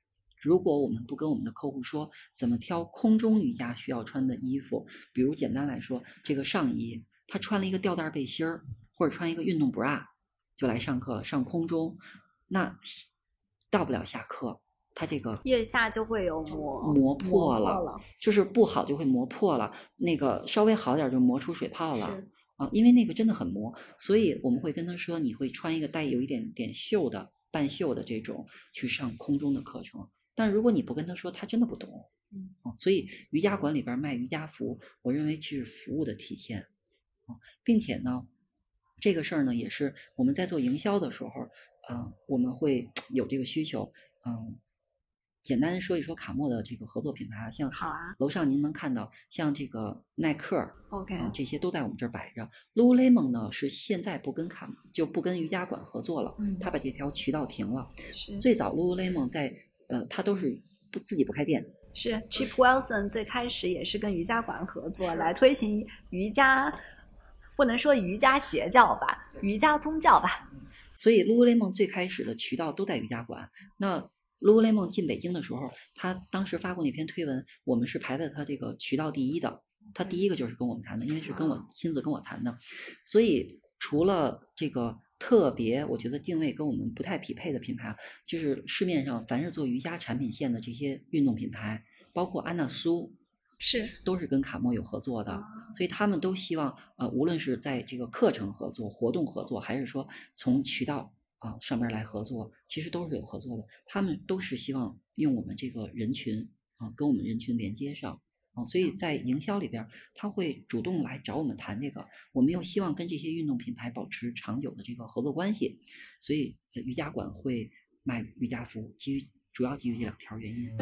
如果我们不跟我们的客户说怎么挑空中瑜伽需要穿的衣服，比如简单来说，这个上衣他穿了一个吊带背心儿，或者穿一个运动 bra 就来上课了，上空中，那到不了下课，他这个腋下就会有磨磨破了， 磨破了就是不好就会磨破了，那个稍微好点就磨出水泡了。 是啊，因为那个真的很磨，所以我们会跟他说，你会穿一个带有一点点袖的半袖的这种去上空中的课程。但如果你不跟他说，他真的不懂。 嗯， 啊，所以瑜伽馆里边卖瑜伽服，我认为是服务的体现。啊，并且呢，这个事儿呢也是我们在做营销的时候，嗯、呃，我们会有这个需求，嗯、呃。简单说一说卡莫的这个合作品牌，像好啊， 楼上您能看到，像这个耐克 ，OK， 嗯、这些都在我们这儿摆着。Lululemon 呢是现在不跟卡就不跟瑜伽馆合作了， 嗯， 他把这条渠道停了。 是最早 Lululemon 在呃，他都是不自己不开店。 是 Chip Wilson 最开始也是跟瑜伽馆合作来推行瑜伽，不能说瑜伽邪教吧，瑜伽宗教吧。 所以 Lululemon 最开始的渠道都在瑜伽馆。那Lululemon 进北京的时候，他当时发过那篇推文，我们是排在他这个渠道第一的，他第一个就是跟我们谈的，因为是跟我亲自跟我谈的。所以除了这个特别我觉得定位跟我们不太匹配的品牌，就是市面上凡是做瑜伽产品线的这些运动品牌，包括安娜苏是都是跟卡莫有合作的，所以他们都希望呃，无论是在这个课程合作、活动合作，还是说从渠道啊，上面来合作，其实都是有合作的。他们都是希望用我们这个人群啊，跟我们人群连接上啊，所以在营销里边，他会主动来找我们谈这个。我们又希望跟这些运动品牌保持长久的这个合作关系，所以瑜伽馆会卖瑜伽服，基于主要基于这两条原因。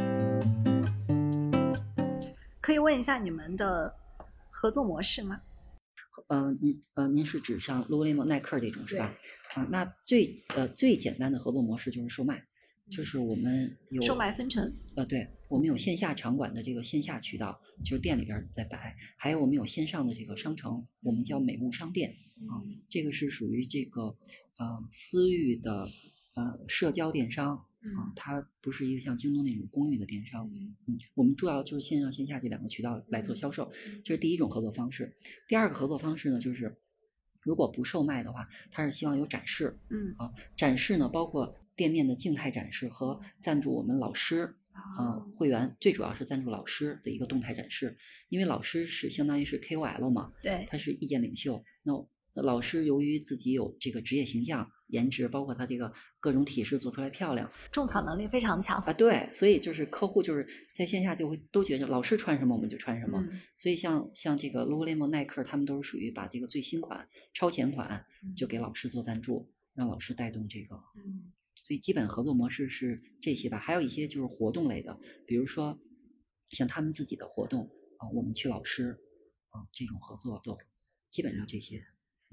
可以问一下你们的合作模式吗？ 呃，您呃，您是指像 Lululemon、耐克这种是吧？啊，那最呃最简单的合作模式就是售卖，就是我们有售卖分成。 呃，对，我们有线下场馆的这个线下渠道，就是店里边在摆，还有我们有线上的这个商城，我们叫美物商店啊，这个是属于这个呃私域的呃社交电商。啊，它不是一个像京东那种公域的电商，嗯，我们主要就是线上线下这两个渠道来做销售，这是第一种合作方式。第二个合作方式呢，就是如果不售卖的话，它是希望有展示， 嗯啊，展示呢包括店面的静态展示和赞助我们老师啊、呃、会员，最主要是赞助老师的一个动态展示，因为老师是相当于是 K O L 嘛， 对， 他是意见领袖，那老师由于自己有这个职业形象、颜值，包括他这个各种体式做出来漂亮， 种草能力非常强啊。对，所以就是客户就是在线下就会都觉得老师穿什么我们就穿什么。 嗯、 所以像像这个 Lululemon、耐克，他们都是属于把这个最新款、超前款就给老师做赞助，让老师带动这个。 嗯， 所以基本合作模式是这些吧，还有一些就是活动类的，比如说像他们自己的活动啊，我们去老师啊这种合作都基本上这些。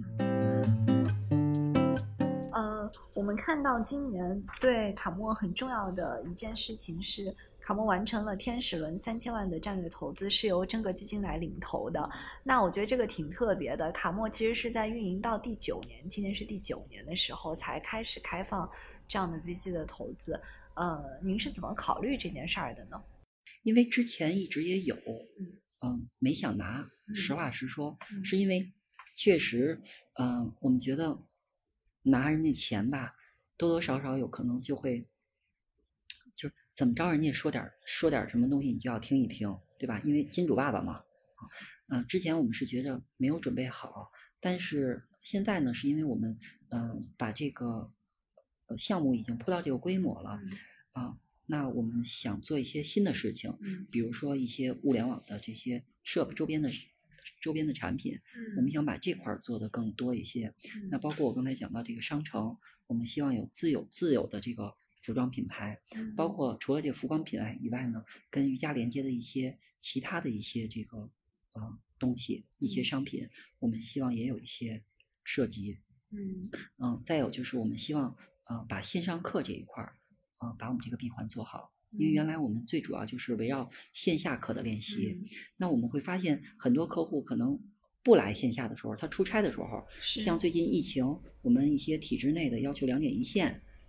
呃，我们看到今年对卡莫很重要的一件事情是，卡莫完成了天使轮三千万的战略投资，是由真格基金来领投的。那我觉得这个挺特别的。卡莫其实是在运营到第九年，今年是第九年的时候才开始开放这样的 V C 的投资。呃，您是怎么考虑这件事儿的呢？ 因为之前一直也有， 嗯、 呃、没想拿。实话实说， 嗯、 是因为确实，嗯、呃，我们觉得拿人家钱吧，多多少少有可能就会，就怎么着人家说点说点什么东西，你就要听一听，对吧？因为金主爸爸嘛，嗯、呃，之前我们是觉着没有准备好，但是现在呢，是因为我们嗯、呃、把这个呃项目已经铺到这个规模了，啊、呃，那我们想做一些新的事情，比如说一些物联网的这些设备周边的。周边的产品， 嗯、 我们想把这块做得更多一些。 嗯、 那包括我刚才讲到这个商城，我们希望有自有自有的这个服装品牌， 嗯、 包括除了这个服装品牌以外呢，跟瑜伽连接的一些其他的一些这个呃东西，一些商品，嗯、我们希望也有一些涉及。 嗯嗯、呃，再有就是我们希望呃把线上课这一块儿啊、呃，把我们这个闭环做好。因为原来我们最主要就是围绕线下课的练习， 嗯、 那我们会发现很多客户可能不来线下的时候，他出差的时候，像最近疫情，我们一些体制内的要求两点一线，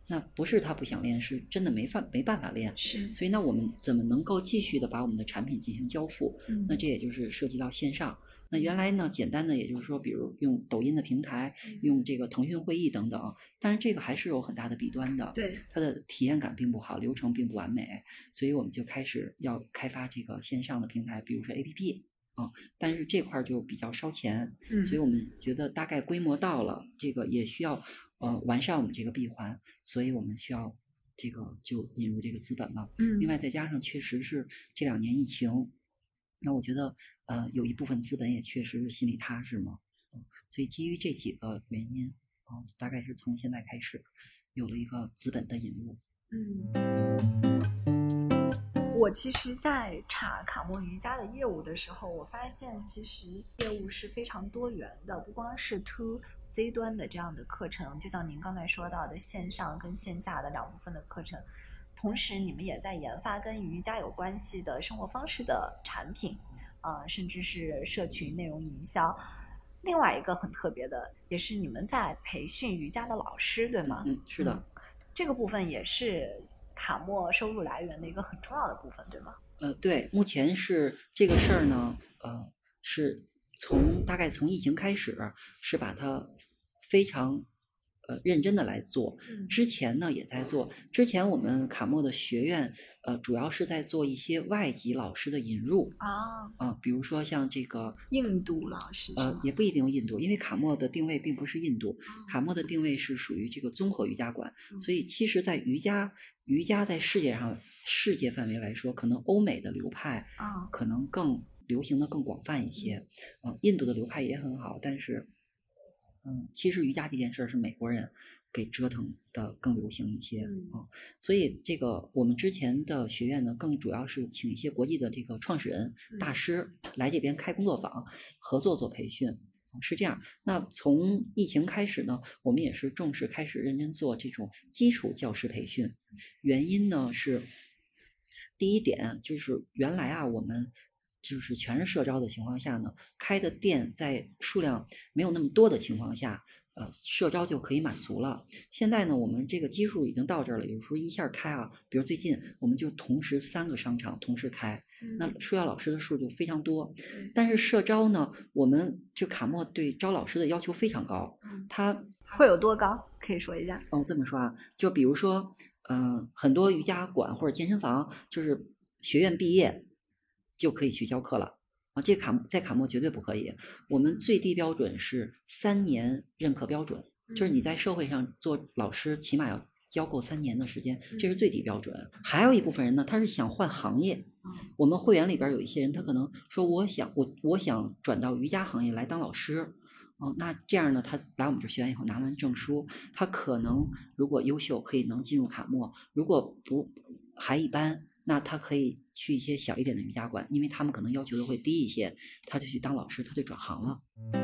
那不是他不想练，是真的没法没办法练。 是， 所以那我们怎么能够继续的把我们的产品进行交付？ 嗯那这也就是涉及到线上。那原来呢，简单的也就是说，比如用抖音的平台，用这个腾讯会议等等，但是这个还是有很大的弊端的， 对， 它的体验感并不好，流程并不完美，所以我们就开始要开发这个线上的平台，比如说 A P P 啊、嗯，但是这块就比较烧钱， 嗯， 所以我们觉得大概规模到了，这个也需要呃完善我们这个闭环，所以我们需要这个就引入这个资本了。 嗯， 另外再加上确实是这两年疫情。那我觉得，呃，有一部分资本也确实是心里踏实嘛，嗯，所以基于这几个原因，啊、呃，大概是从现在开始，有了一个资本的引入。 嗯，我其实，在查卡莫瑜伽的业务的时候，我发现其实业务是非常多元的，不光是 to C 端的这样的课程，就像您刚才说到的线上跟线下的两部分的课程。同时你们也在研发跟瑜伽有关系的生活方式的产品，呃，甚至是社群内容营销。另外一个很特别的，也是你们在培训瑜伽的老师，对吗？ 嗯，是的、 嗯。这个部分也是卡莫收入来源的一个很重要的部分，对吗？ 呃，对，目前是这个事儿呢，呃，是从大概从疫情开始，是把它非常。呃，认真的来做。之前呢也在做。之前我们卡莫的学院，呃，主要是在做一些外籍老师的引入啊， 啊、呃，比如说像这个印度老师， 呃，也不一定印度，因为卡莫的定位并不是印度，卡莫的定位是属于这个综合瑜伽馆，所以其实，在瑜伽瑜伽在世界上世界范围来说，可能欧美的流派啊， 可能更流行的更广泛一些，嗯、呃，印度的流派也很好，但是。嗯，其实瑜伽这件事儿是美国人给折腾的更流行一些啊、 嗯嗯，所以这个我们之前的学院呢，更主要是请一些国际的这个创始人、大师来这边开工作坊，合作做培训，是这样。那从疫情开始呢，我们也是重视开始认真做这种基础教师培训，原因呢是第一点就是原来啊我们。就是全是社招的情况下呢，开的店在数量没有那么多的情况下，呃，社招就可以满足了。现在呢，我们这个基数已经到这儿了，有时候一下开啊，比如最近我们就同时三个商场同时开，那数学老师的数就非常多。但是社招呢，我们就卡莫对招老师的要求非常高，他会有多高？可以说一下。 哦，这么说啊，就比如说，嗯、呃，很多瑜伽馆或者健身房，就是学院毕业。就可以去教课了啊！这卡在卡莫绝对不可以。我们最低标准是三年认可标准，就是你在社会上做老师，起码要教够三年的时间，这是最低标准。还有一部分人呢，他是想换行业。我们会员里边有一些人，他可能说，我想我我想转到瑜伽行业来当老师。哦，那这样呢，他来我们这学院以后拿完证书，他可能如果优秀，可以能进入卡莫；如果不还一般。那他可以去一些小一点的瑜伽馆，因为他们可能要求的会低一些，他就去当老师，他就转行了。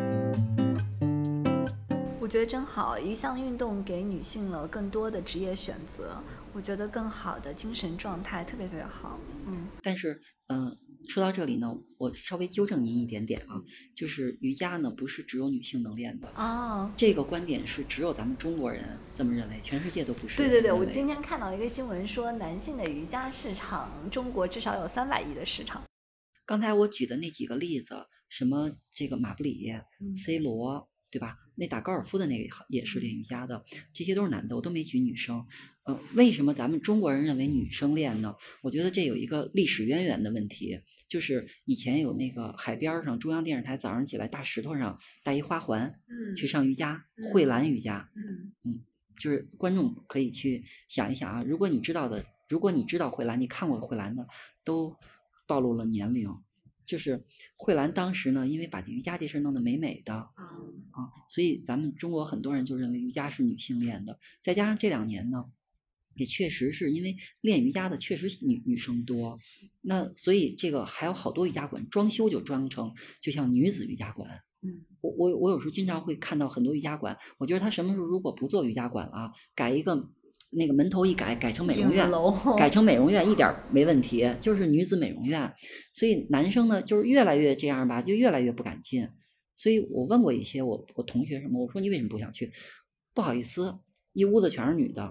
我觉得真好，一项运动给女性了更多的职业选择，我觉得更好的精神状态特别特别好。嗯， 但是，嗯、呃，说到这里呢，我稍微纠正您一点点啊，就是瑜伽呢不是只有女性能练的哦， 这个观点是只有咱们中国人这么认为，全世界都不是。 对对对，我今天看到一个新闻说，男性的瑜伽市场，中国至少有三百亿的市场。 刚才我举的那几个例子，什么这个马布里、 嗯、 C 罗。对吧？那打高尔夫的那个也是练瑜伽的，这些都是男的，我都没举女生。呃，为什么咱们中国人认为女生练呢？我觉得这有一个历史渊源的问题，就是以前有那个海边上中央电视台早上起来大石头上带一花环， 嗯， 去上瑜伽，蕙兰瑜伽， 嗯嗯，就是观众可以去想一想啊，如果你知道的，如果你知道蕙兰，你看过蕙兰的，都暴露了年龄。就是蕙兰当时呢，因为把瑜伽这事弄得美美的啊、啊，所以咱们中国很多人就认为瑜伽是女性练的。再加上这两年呢，也确实是因为练瑜伽的确实女女生多，那所以这个还有好多瑜伽馆装修就装成就像女子瑜伽馆。 嗯， 我我我有时候经常会看到很多瑜伽馆，我觉得他什么时候如果不做瑜伽馆了，改一个。那个门头一改，改成美容院，改成美容院一点没问题，就是女子美容院。所以男生呢，就是越来越这样吧，就越来越不敢进。所以我问过一些我我同学什么，我说你为什么不想去？不好意思，一屋子全是女的，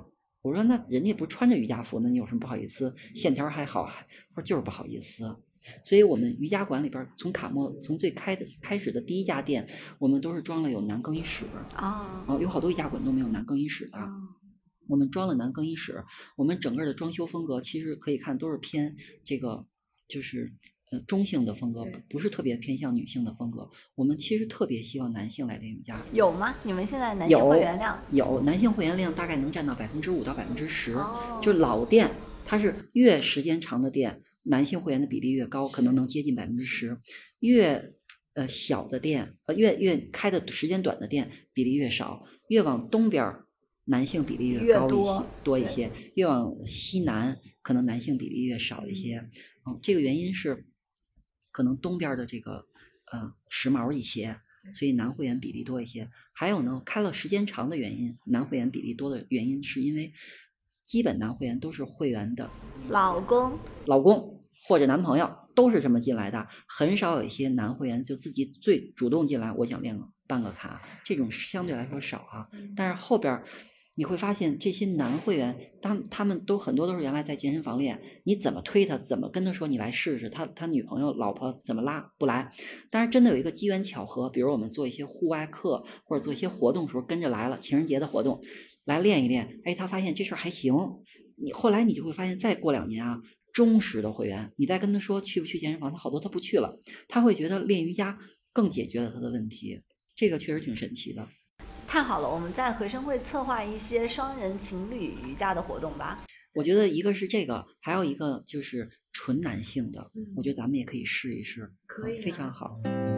我说那人家不穿着瑜伽服呢，你有什么不好意思？线条还好，他说就是不好意思。所以我们瑜伽馆里边，从卡莫从最开的开始的第一家店，我们都是装了有男更衣室啊， 哦，有好多瑜伽馆都没有男更衣室的， 哦、 我们装了男更衣室。我们整个的装修风格其实可以看都是偏这个就是呃中性的风格，不是特别偏向女性的风格。我们其实特别希望男性来练瑜伽。 有吗？你们现在男性会员量有？有男性会员量大概能占到百分之五到百分之十，就老店它是越时间长的店。男性会员的比例越高，可能能接近百分之十。越呃小的店，呃越越开的时间短的店比例越少。越往东边，男性比例越高一些，多一些；越往西南，可能男性比例越少一些。嗯，这个原因是，可能东边的这个呃时髦一些，所以男会员比例多一些。还有呢，开了时间长的原因，男会员比例多的原因是因为。基本男会员都是会员的老公、 老公或者男朋友都是这么进来的，很少有一些男会员就自己最主动进来，我想练个办个卡，这种相对来说少啊。但是后边你会发现，这些男会员，他他们都很多都是原来在健身房练，你怎么推他，怎么跟他说你来试试，他他女朋友、老婆怎么拉不来。但是真的有一个机缘巧合，比如我们做一些户外课或者做一些活动的时候跟着来了，情人节的活动。来练一练，哎，他发现这事儿还行。你后来你就会发现，再过两年啊，忠实的会员，你再跟他说去不去健身房，他好多他不去了，他会觉得练瑜伽更解决了他的问题，这个确实挺神奇的。 太好了，我们在和生会策划一些双人情侣瑜伽的活动吧。 我觉得一个是这个，还有一个就是纯男性的， 嗯、 我觉得咱们也可以试一试， 可以、啊， 非常好。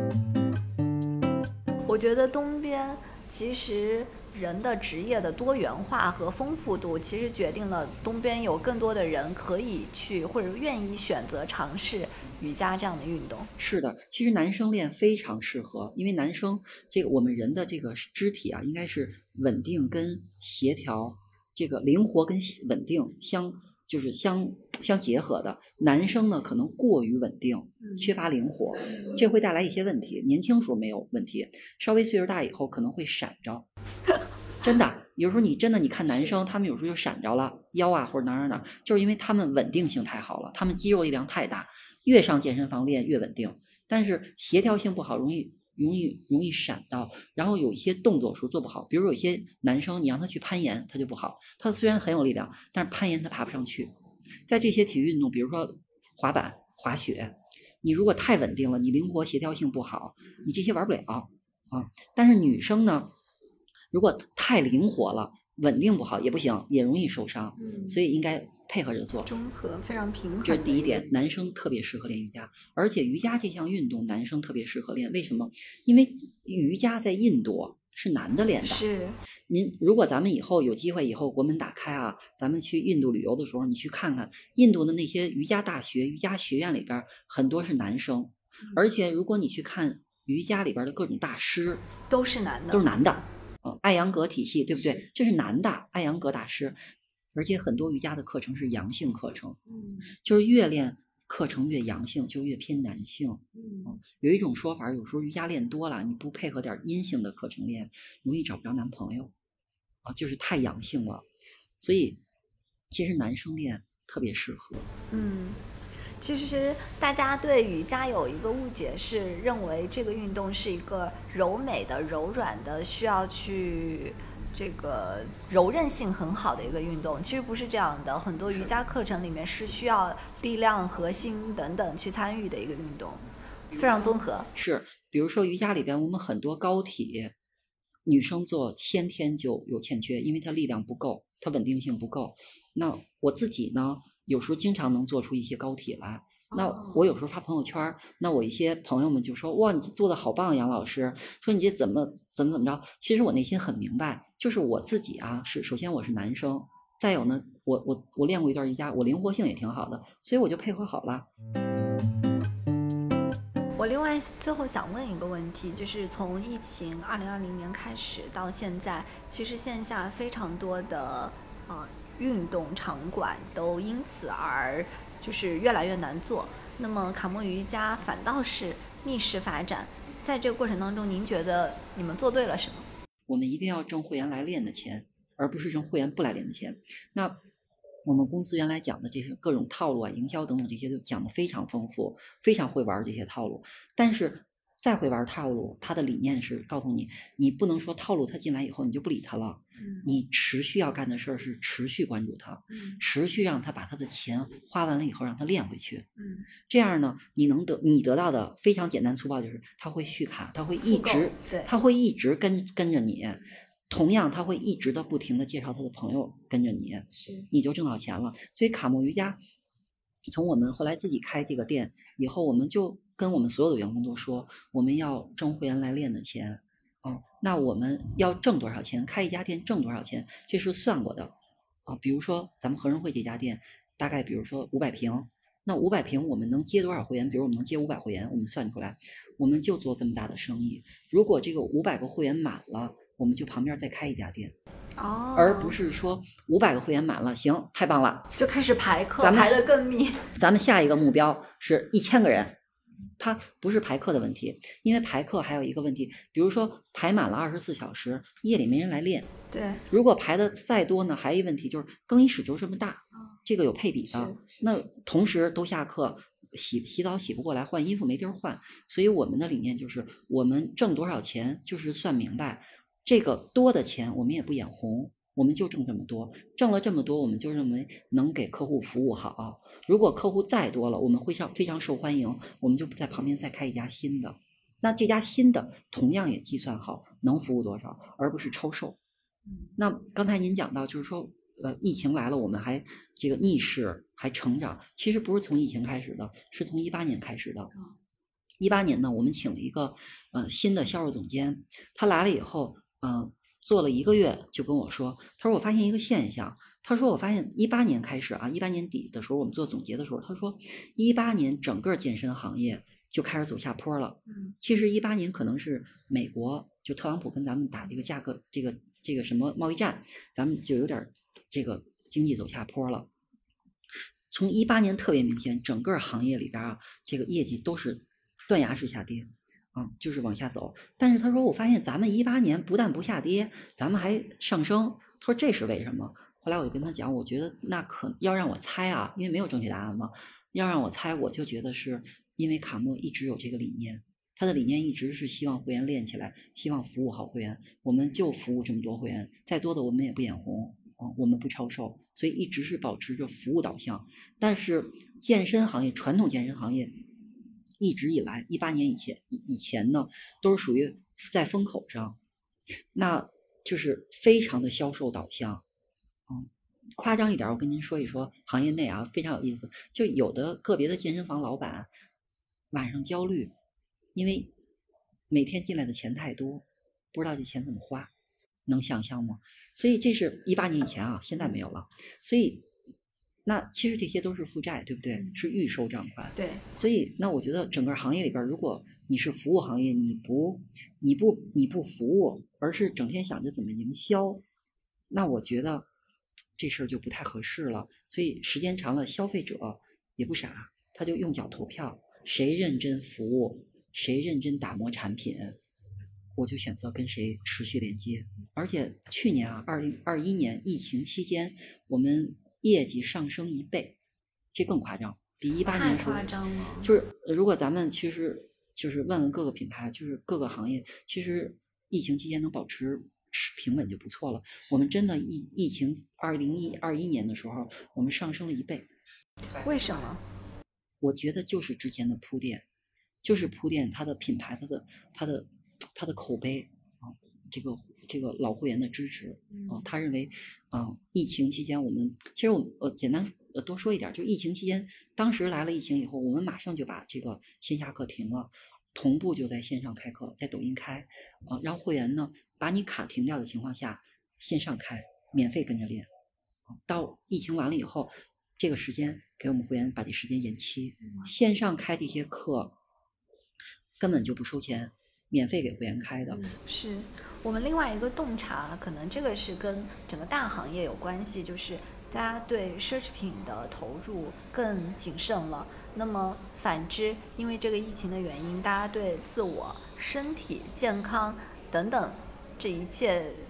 我觉得东边其实。人的职业的多元化和丰富度，其实决定了东边有更多的人可以去或者愿意选择尝试瑜伽这样的运动。 是的，其实男生练非常适合，因为男生这个我们人的这个肢体啊，应该是稳定跟协调，这个灵活跟稳定相就是相相结合的。男生呢可能过于稳定，缺乏灵活，这会带来一些问题。年轻时候没有问题，稍微岁数大以后可能会闪着。真的，有时候你真的你看男生，他们有时候就闪着了腰啊或者哪哪哪，就是因为他们稳定性太好了，他们肌肉力量太大，越上健身房练越稳定，但是协调性不好，容易容易容易闪到，然后有一些动作时候做不好，比如有一些男生你让他去攀岩，他就不好，他虽然很有力量，但是攀岩他爬不上去。在这些体育运动，比如说滑板、滑雪，你如果太稳定了，你灵活协调性不好，你这些玩不了啊。但是女生呢？如果太灵活了，稳定不好也不行，也容易受伤， 嗯、 所以应该配合着做， 中和非常平衡。 这是第一点，男生特别适合练瑜伽，而且瑜伽这项运动男生特别适合练，为什么？因为瑜伽在印度是男的练的。 是， 您如果咱们以后有机会，以后国门打开啊，咱们去印度旅游的时候，你去看看印度的那些瑜伽大学、瑜伽学院里边，很多是男生， 嗯、 而且如果你去看瑜伽里边的各种大师， 都是男的， 都是男的。艾扬格体系对不对？这是男的艾扬格大师，而且很多瑜伽的课程是阳性课程， 嗯， 就是越练课程越阳性，就越偏男性。 嗯， 有一种说法，有时候瑜伽练多了，你不配合点阴性的课程练，容易找不着男朋友啊，就是太阳性了。所以其实男生练特别适合。 嗯。其实大家对瑜伽有一个误解，是认为这个运动是一个柔美的、柔软的，需要去这个柔韧性很好的一个运动。其实不是这样的，很多瑜伽课程里面是需要力量、核心等等去参与的一个运动，非常综合。 是，比如说瑜伽里边，我们很多高体，女生做先天就有欠缺，因为她力量不够，她稳定性不够。那我自己呢？有时候经常能做出一些高体来，那我有时候发朋友圈，那我一些朋友们就说：“哇，你这做的好棒，杨老师！说你这怎么怎么怎么着？”其实我内心很明白，就是我自己啊，是首先我是男生，再有呢，我我我练过一段瑜伽，我灵活性也挺好的，所以我就配合好了。 我另外最后想问一个问题，就是从疫情二零二零年开始到现在，其实线下非常多的呃。运动场馆都因此而就是越来越难做，那么卡莫瑜伽反倒是逆势发展。在这个过程当中，您觉得你们做对了什么？ 我们一定要挣会员来练的钱， 而不是挣会员不来练的钱。那我们公司原来讲的这些各种套路啊、营销等等这些都讲得非常丰富，非常会玩这些套路。但是再会玩套路，他的理念是告诉你，你不能说套路他进来以后你就不理他了， 嗯你持续要干的事儿是持续关注他， 嗯持续让他把他的钱花完了以后让他练回去。 嗯， 这样呢，你能得你得到的非常简单粗暴就是他会续卡，他会一复购直对他会一直跟跟着你。同样，他会一直的不停的介绍他的朋友跟着你， 是你就挣到钱了。所以卡莫瑜伽，从我们后来自己开这个店以后，我们就跟我们所有的员工都说，我们要挣会员来练的钱。哦，那我们要挣多少钱？开一家店挣多少钱？这是算过的啊。比如说咱们和仁会这家店，大概比如说五百平，那五百平我们能接多少会员？比如我们能接五百会员，我们算出来，我们就做这么大的生意。如果这个五百个会员满了，我们就旁边再开一家店， 哦， 而不是说五百个会员满了，行，太棒了， 就开始排课， 咱们排得更密。 咱们下一个目标是一千个人。它不是排课的问题，因为排课还有一个问题，比如说排满了二十四小时，夜里没人来练。 对， 如果排的再多呢，还有一个问题就是更衣室就这么大，这个有配比的。那同时都下课，洗洗澡洗不过来，换衣服没地儿换，所以我们的理念就是，我们挣多少钱就是算明白，这个多的钱我们也不眼红，我们就挣这么多，挣了这么多，我们就认为能给客户服务好。如果客户再多了，我们会上非常受欢迎，我们就在旁边再开一家新的。那这家新的同样也计算好能服务多少，而不是超售。那刚才您讲到，就是说，呃，疫情来了，我们还这个逆势还成长，其实不是从疫情开始的，是从一八年开始的。一八年呢，我们请了一个呃新的销售总监，他来了以后，嗯、呃。做了一个月就跟我说，他说我发现一个现象，他说我发现一八年开始啊，一八年底的时候我们做总结的时候，他说一八年整个健身行业就开始走下坡了。 嗯， 其实一八年可能是美国就特朗普跟咱们打这个价格这个这个什么贸易战，咱们就有点这个经济走下坡了。从一八年特别明显，整个行业里边啊，这个业绩都是断崖式下跌。啊，就是往下走。但是他说，我发现咱们一八年不但不下跌，咱们还上升。他说这是为什么？后来我就跟他讲，我觉得那可要让我猜啊，因为没有正确答案嘛。要让我猜，我就觉得是因为卡莫一直有这个理念，他的理念一直是希望会员练起来，希望服务好会员。我们就服务这么多会员，再多的我们也不眼红啊，我们不超售，所以一直是保持着服务导向。但是健身行业，传统健身行业。一直以来，一八年以前以前呢，都是属于在风口上，那就是非常的销售导向。嗯，夸张一点，我跟您说一说，行业内啊非常有意思，就有的个别的健身房老板晚上焦虑，因为每天进来的钱太多，不知道这钱怎么花，能想象吗？所以这是一八年以前啊，现在没有了，所以。那其实这些都是负债，对不对？是预收账款。 对， 所以那我觉得整个行业里边，如果你是服务行业，你不你不你不服务，而是整天想着怎么营销，那我觉得这事儿就不太合适了。所以时间长了，消费者也不傻，他就用脚投票，谁认真服务，谁认真打磨产品，我就选择跟谁持续连接。而且去年啊，二零二一年疫情期间，我们业绩上升一倍，这更夸张，比一八年太夸张了。 就是如果咱们其实就是问问各个品牌，就是各个行业，其实疫情期间能保持平稳就不错了。我们真的疫疫情二零一二一年的时候，我们上升了一倍。 为什么？ 我觉得就是之前的铺垫，就是铺垫它的品牌，它的它的它的口碑啊，这个。这个老会员的支持啊、呃，他认为啊、呃，疫情期间我们其实我呃简单呃多说一点，就疫情期间，当时来了疫情以后，我们马上就把这个线下课停了，同步就在线上开课，在抖音开啊、呃，让会员呢把你卡停掉的情况下，线上开，免费跟着练。到疫情完了以后，这个时间给我们会员把这时间延期，线上开这些课根本就不收钱。免费给会员开的、 嗯、是我们另外一个洞察，可能这个是跟整个大行业有关系，就是大家对奢侈品的投入更谨慎了。那么反之，因为这个疫情的原因，大家对自我身体健康等等这一切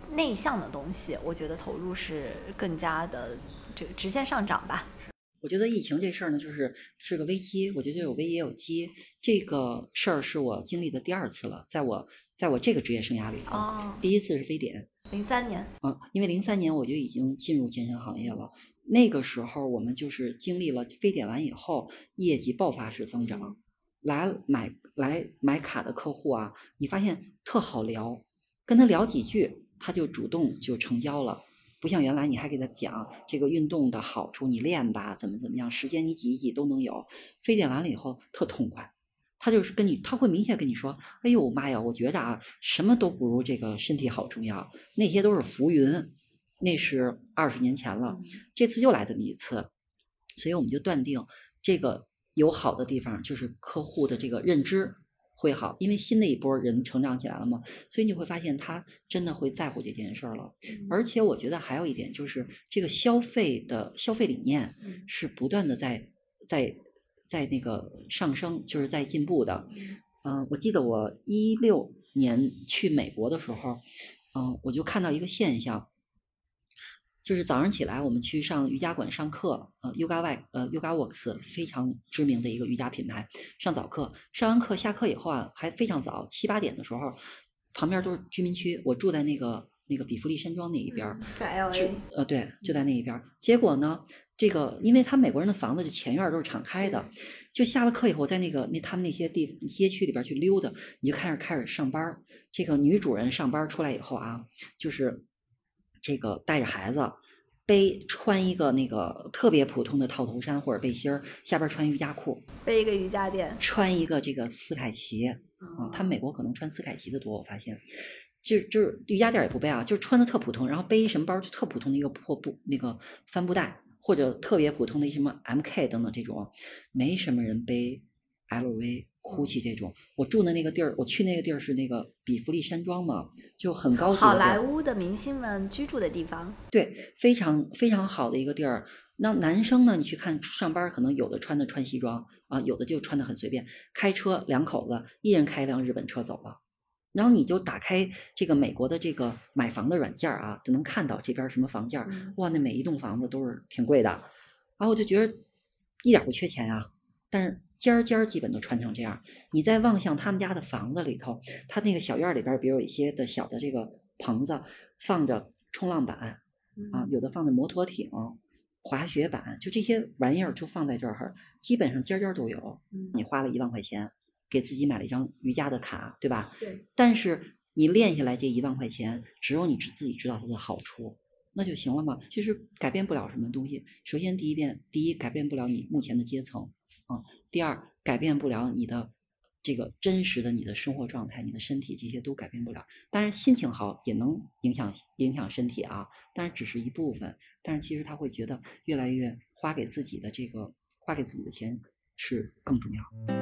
内向的东西，我觉得投入是更加的这个直线上涨吧。 我觉得疫情这事儿呢，就是是个危机，我觉得有危也有机。这个事儿是我经历的第二次了，在我在我这个职业生涯里头， 哦， 第一次是非典， 零三年， 嗯，因为零三年我就已经进入健身行业了。那个时候我们就是经历了非典完以后，业绩爆发式增长，来买来买卡的客户啊，你发现特好聊，跟他聊几句，他就主动就成交了。不像原来你还给他讲这个运动的好处，你练吧，怎么怎么样，时间你挤一挤都能有。非典完了以后特痛快，他就是跟你，他会明显跟你说，哎呦妈呀，我觉着啊，什么都不如这个身体好重要，那些都是浮云。那是二十年前了，这次又来这么一次，所以我们就断定这个有好的地方，就是客户的这个认知会好，因为新的一波人成长起来了嘛，所以你会发现他真的会在乎这件事儿了。而且我觉得还有一点就是这个消费的消费理念是不断的在在在那个上升，就是在进步的。嗯、呃，我记得我一六年去美国的时候，嗯、呃，我就看到一个现象。就是早上起来，我们去上瑜伽馆上课，呃 ，Yoga Work， 呃 ，Yoga Works 非常知名的一个瑜伽品牌，上早课，上完课下课以后啊，还非常早，七八点的时候，旁边都是居民区，我住在那个那个比弗利山庄那一边， 在 L A， 呃，对，就在那一边。结果呢，这个因为他美国人的房子就前院都是敞开的，就下了课以后，在那个那他们那些地街区里边去溜达，你就开始开始上班。这个女主人上班出来以后啊，就是这个带着孩子。背穿一个那个特别普通的套头衫或者背心儿，下边穿瑜伽裤， 背一个瑜伽垫， 穿一个这个斯凯奇，啊，他们美国可能穿斯凯奇的多，我发现，就就是瑜伽垫也不背啊，就是穿的特普通，然后背一什么包就特普通的一个破布那个帆布袋，或者特别普通的一什么 M K 等等这种，没什么人背 L V。哭泣这种，我住的那个地儿，我去那个地儿是那个比弗利山庄嘛，就很高级的好莱坞的明星们居住的地方， 对，非常非常好的一个地儿。那男生呢，你去看上班，可能有的穿的穿西装啊，有的就穿的很随便。开车两口子，一人开一辆日本车走了，然后你就打开这个美国的这个买房的软件啊，就能看到这边什么房价，哇，那每一栋房子都是挺贵的，然后我就觉得一点不缺钱啊，但是。尖尖基本都穿成这样，你再望向他们家的房子里头，他那个小院里边，比如有一些的小的这个棚子，放着冲浪板啊，有的放着摩托艇、滑雪板，就这些玩意儿就放在这儿，基本上尖尖都有。你花了一万块钱给自己买了一张瑜伽的卡，对吧？ 对。 但是你练下来这一万块钱，只有你自己知道它的好处。那就行了嘛，其实改变不了什么东西。首先，第一遍，第一改变不了你目前的阶层啊；第二，改变不了你的这个真实的你的生活状态、你的身体，这些都改变不了。当然，心情好也能影响影响身体啊，当然只是一部分。但是其实他会觉得越来越花给自己的这个花给自己的钱是更重要。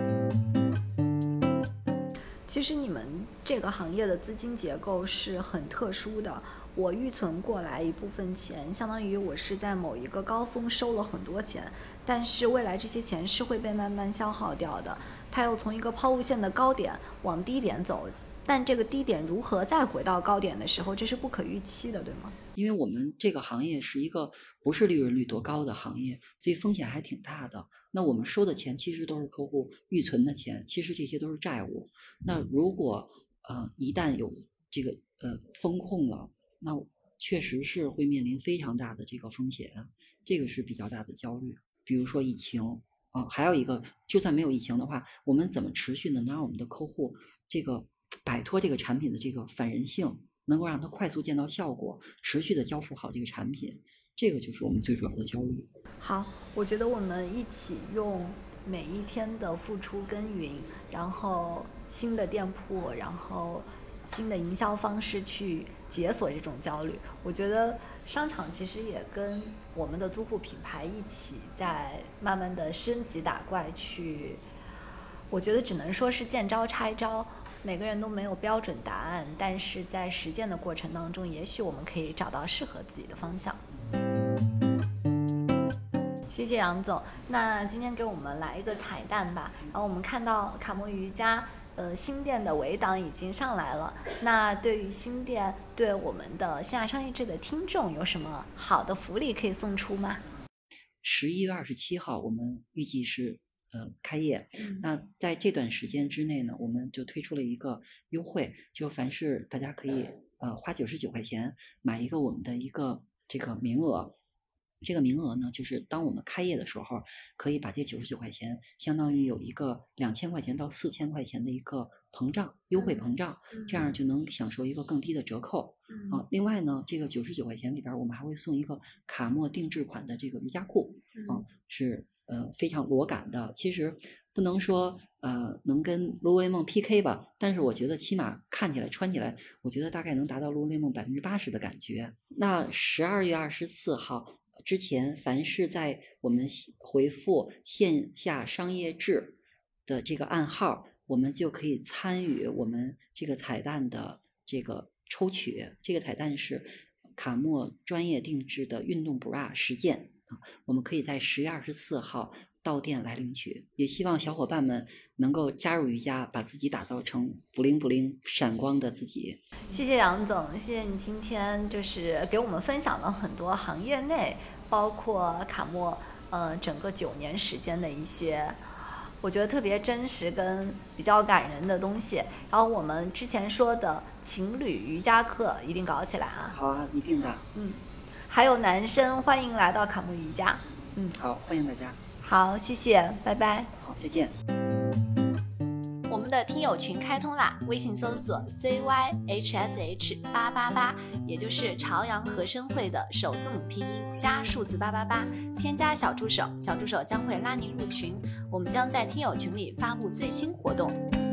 其实你们这个行业的资金结构是很特殊的。我预存过来一部分钱，相当于我是在某一个高峰收了很多钱，但是未来这些钱是会被慢慢消耗掉的。它又从一个抛物线的高点往低点走，但这个低点如何再回到高点的时候，这是不可预期的，对吗？ 因为我们这个行业是一个不是利润率多高的行业，所以风险还挺大的。那我们收的钱其实都是客户预存的钱，其实这些都是债务。那如果呃一旦有这个呃风控了，那确实是会面临非常大的这个风险，这个是比较大的焦虑。比如说疫情啊、呃，还有一个，就算没有疫情的话，我们怎么持续的能让我们的客户这个摆脱这个产品的这个反人性，能够让他快速见到效果，持续的交付好这个产品，这个就是我们最主要的焦虑。 好，我觉得我们一起用每一天的付出耕耘，然后新的店铺，然后新的营销方式去解锁这种焦虑。我觉得商场其实也跟我们的租户品牌一起在慢慢的升级打怪去，我觉得只能说是见招拆招，每个人都没有标准答案，但是在实践的过程当中，也许我们可以找到适合自己的方向。谢谢杨总，那今天给我们来一个彩蛋吧。然后我们看到卡摩瑜伽呃新店的围档已经上来了，那对于新店对我们的线下商业制的听众有什么好的福利可以送出吗？ 十一月二十七号我们预计是呃开业， 嗯、 那在这段时间之内呢，我们就推出了一个优惠，就凡是大家可以呃花九十九块钱买一个我们的一个这个名额。这个名额呢，就是当我们开业的时候，可以把这九十九块钱，相当于有一个两千块钱到四千块钱的一个膨胀优惠膨胀，这样就能享受一个更低的折扣。啊，另外呢，这个九十九块钱里边，我们还会送一个卡莫定制款的这个瑜伽裤，啊，是呃非常裸感的。其实不能说呃能跟 Lululemon P K 吧，但是我觉得起码看起来穿起来，我觉得大概能达到 Lululemon 百分之八十的感觉。那十二月二十四号。之前凡是在我们回复线下商业制的这个暗号，我们就可以参与我们这个彩蛋的这个抽取。这个彩蛋是卡莫专业定制的运动 bra 十件啊，我们可以在十月二十四号到店来领取。也希望小伙伴们能够加入瑜伽，把自己打造成布灵布灵闪光的自己。 谢谢杨总，谢谢你今天就是给我们分享了很多行业内包括卡莫呃整个九年时间的一些我觉得特别真实跟比较感人的东西。然后我们之前说的情侣瑜伽课一定搞起来啊。 好啊，一定的。 嗯，还有男生欢迎来到卡莫瑜伽。嗯， 好，欢迎大家。 好，谢谢，拜拜。 好，再见。 我们的听友群开通啦，微信搜索 C Y H S H 八八八，也就是朝阳和声会的首字母拼音加数字八八八，添加小助手，小助手将会拉您入群，我们将在听友群里发布最新活动。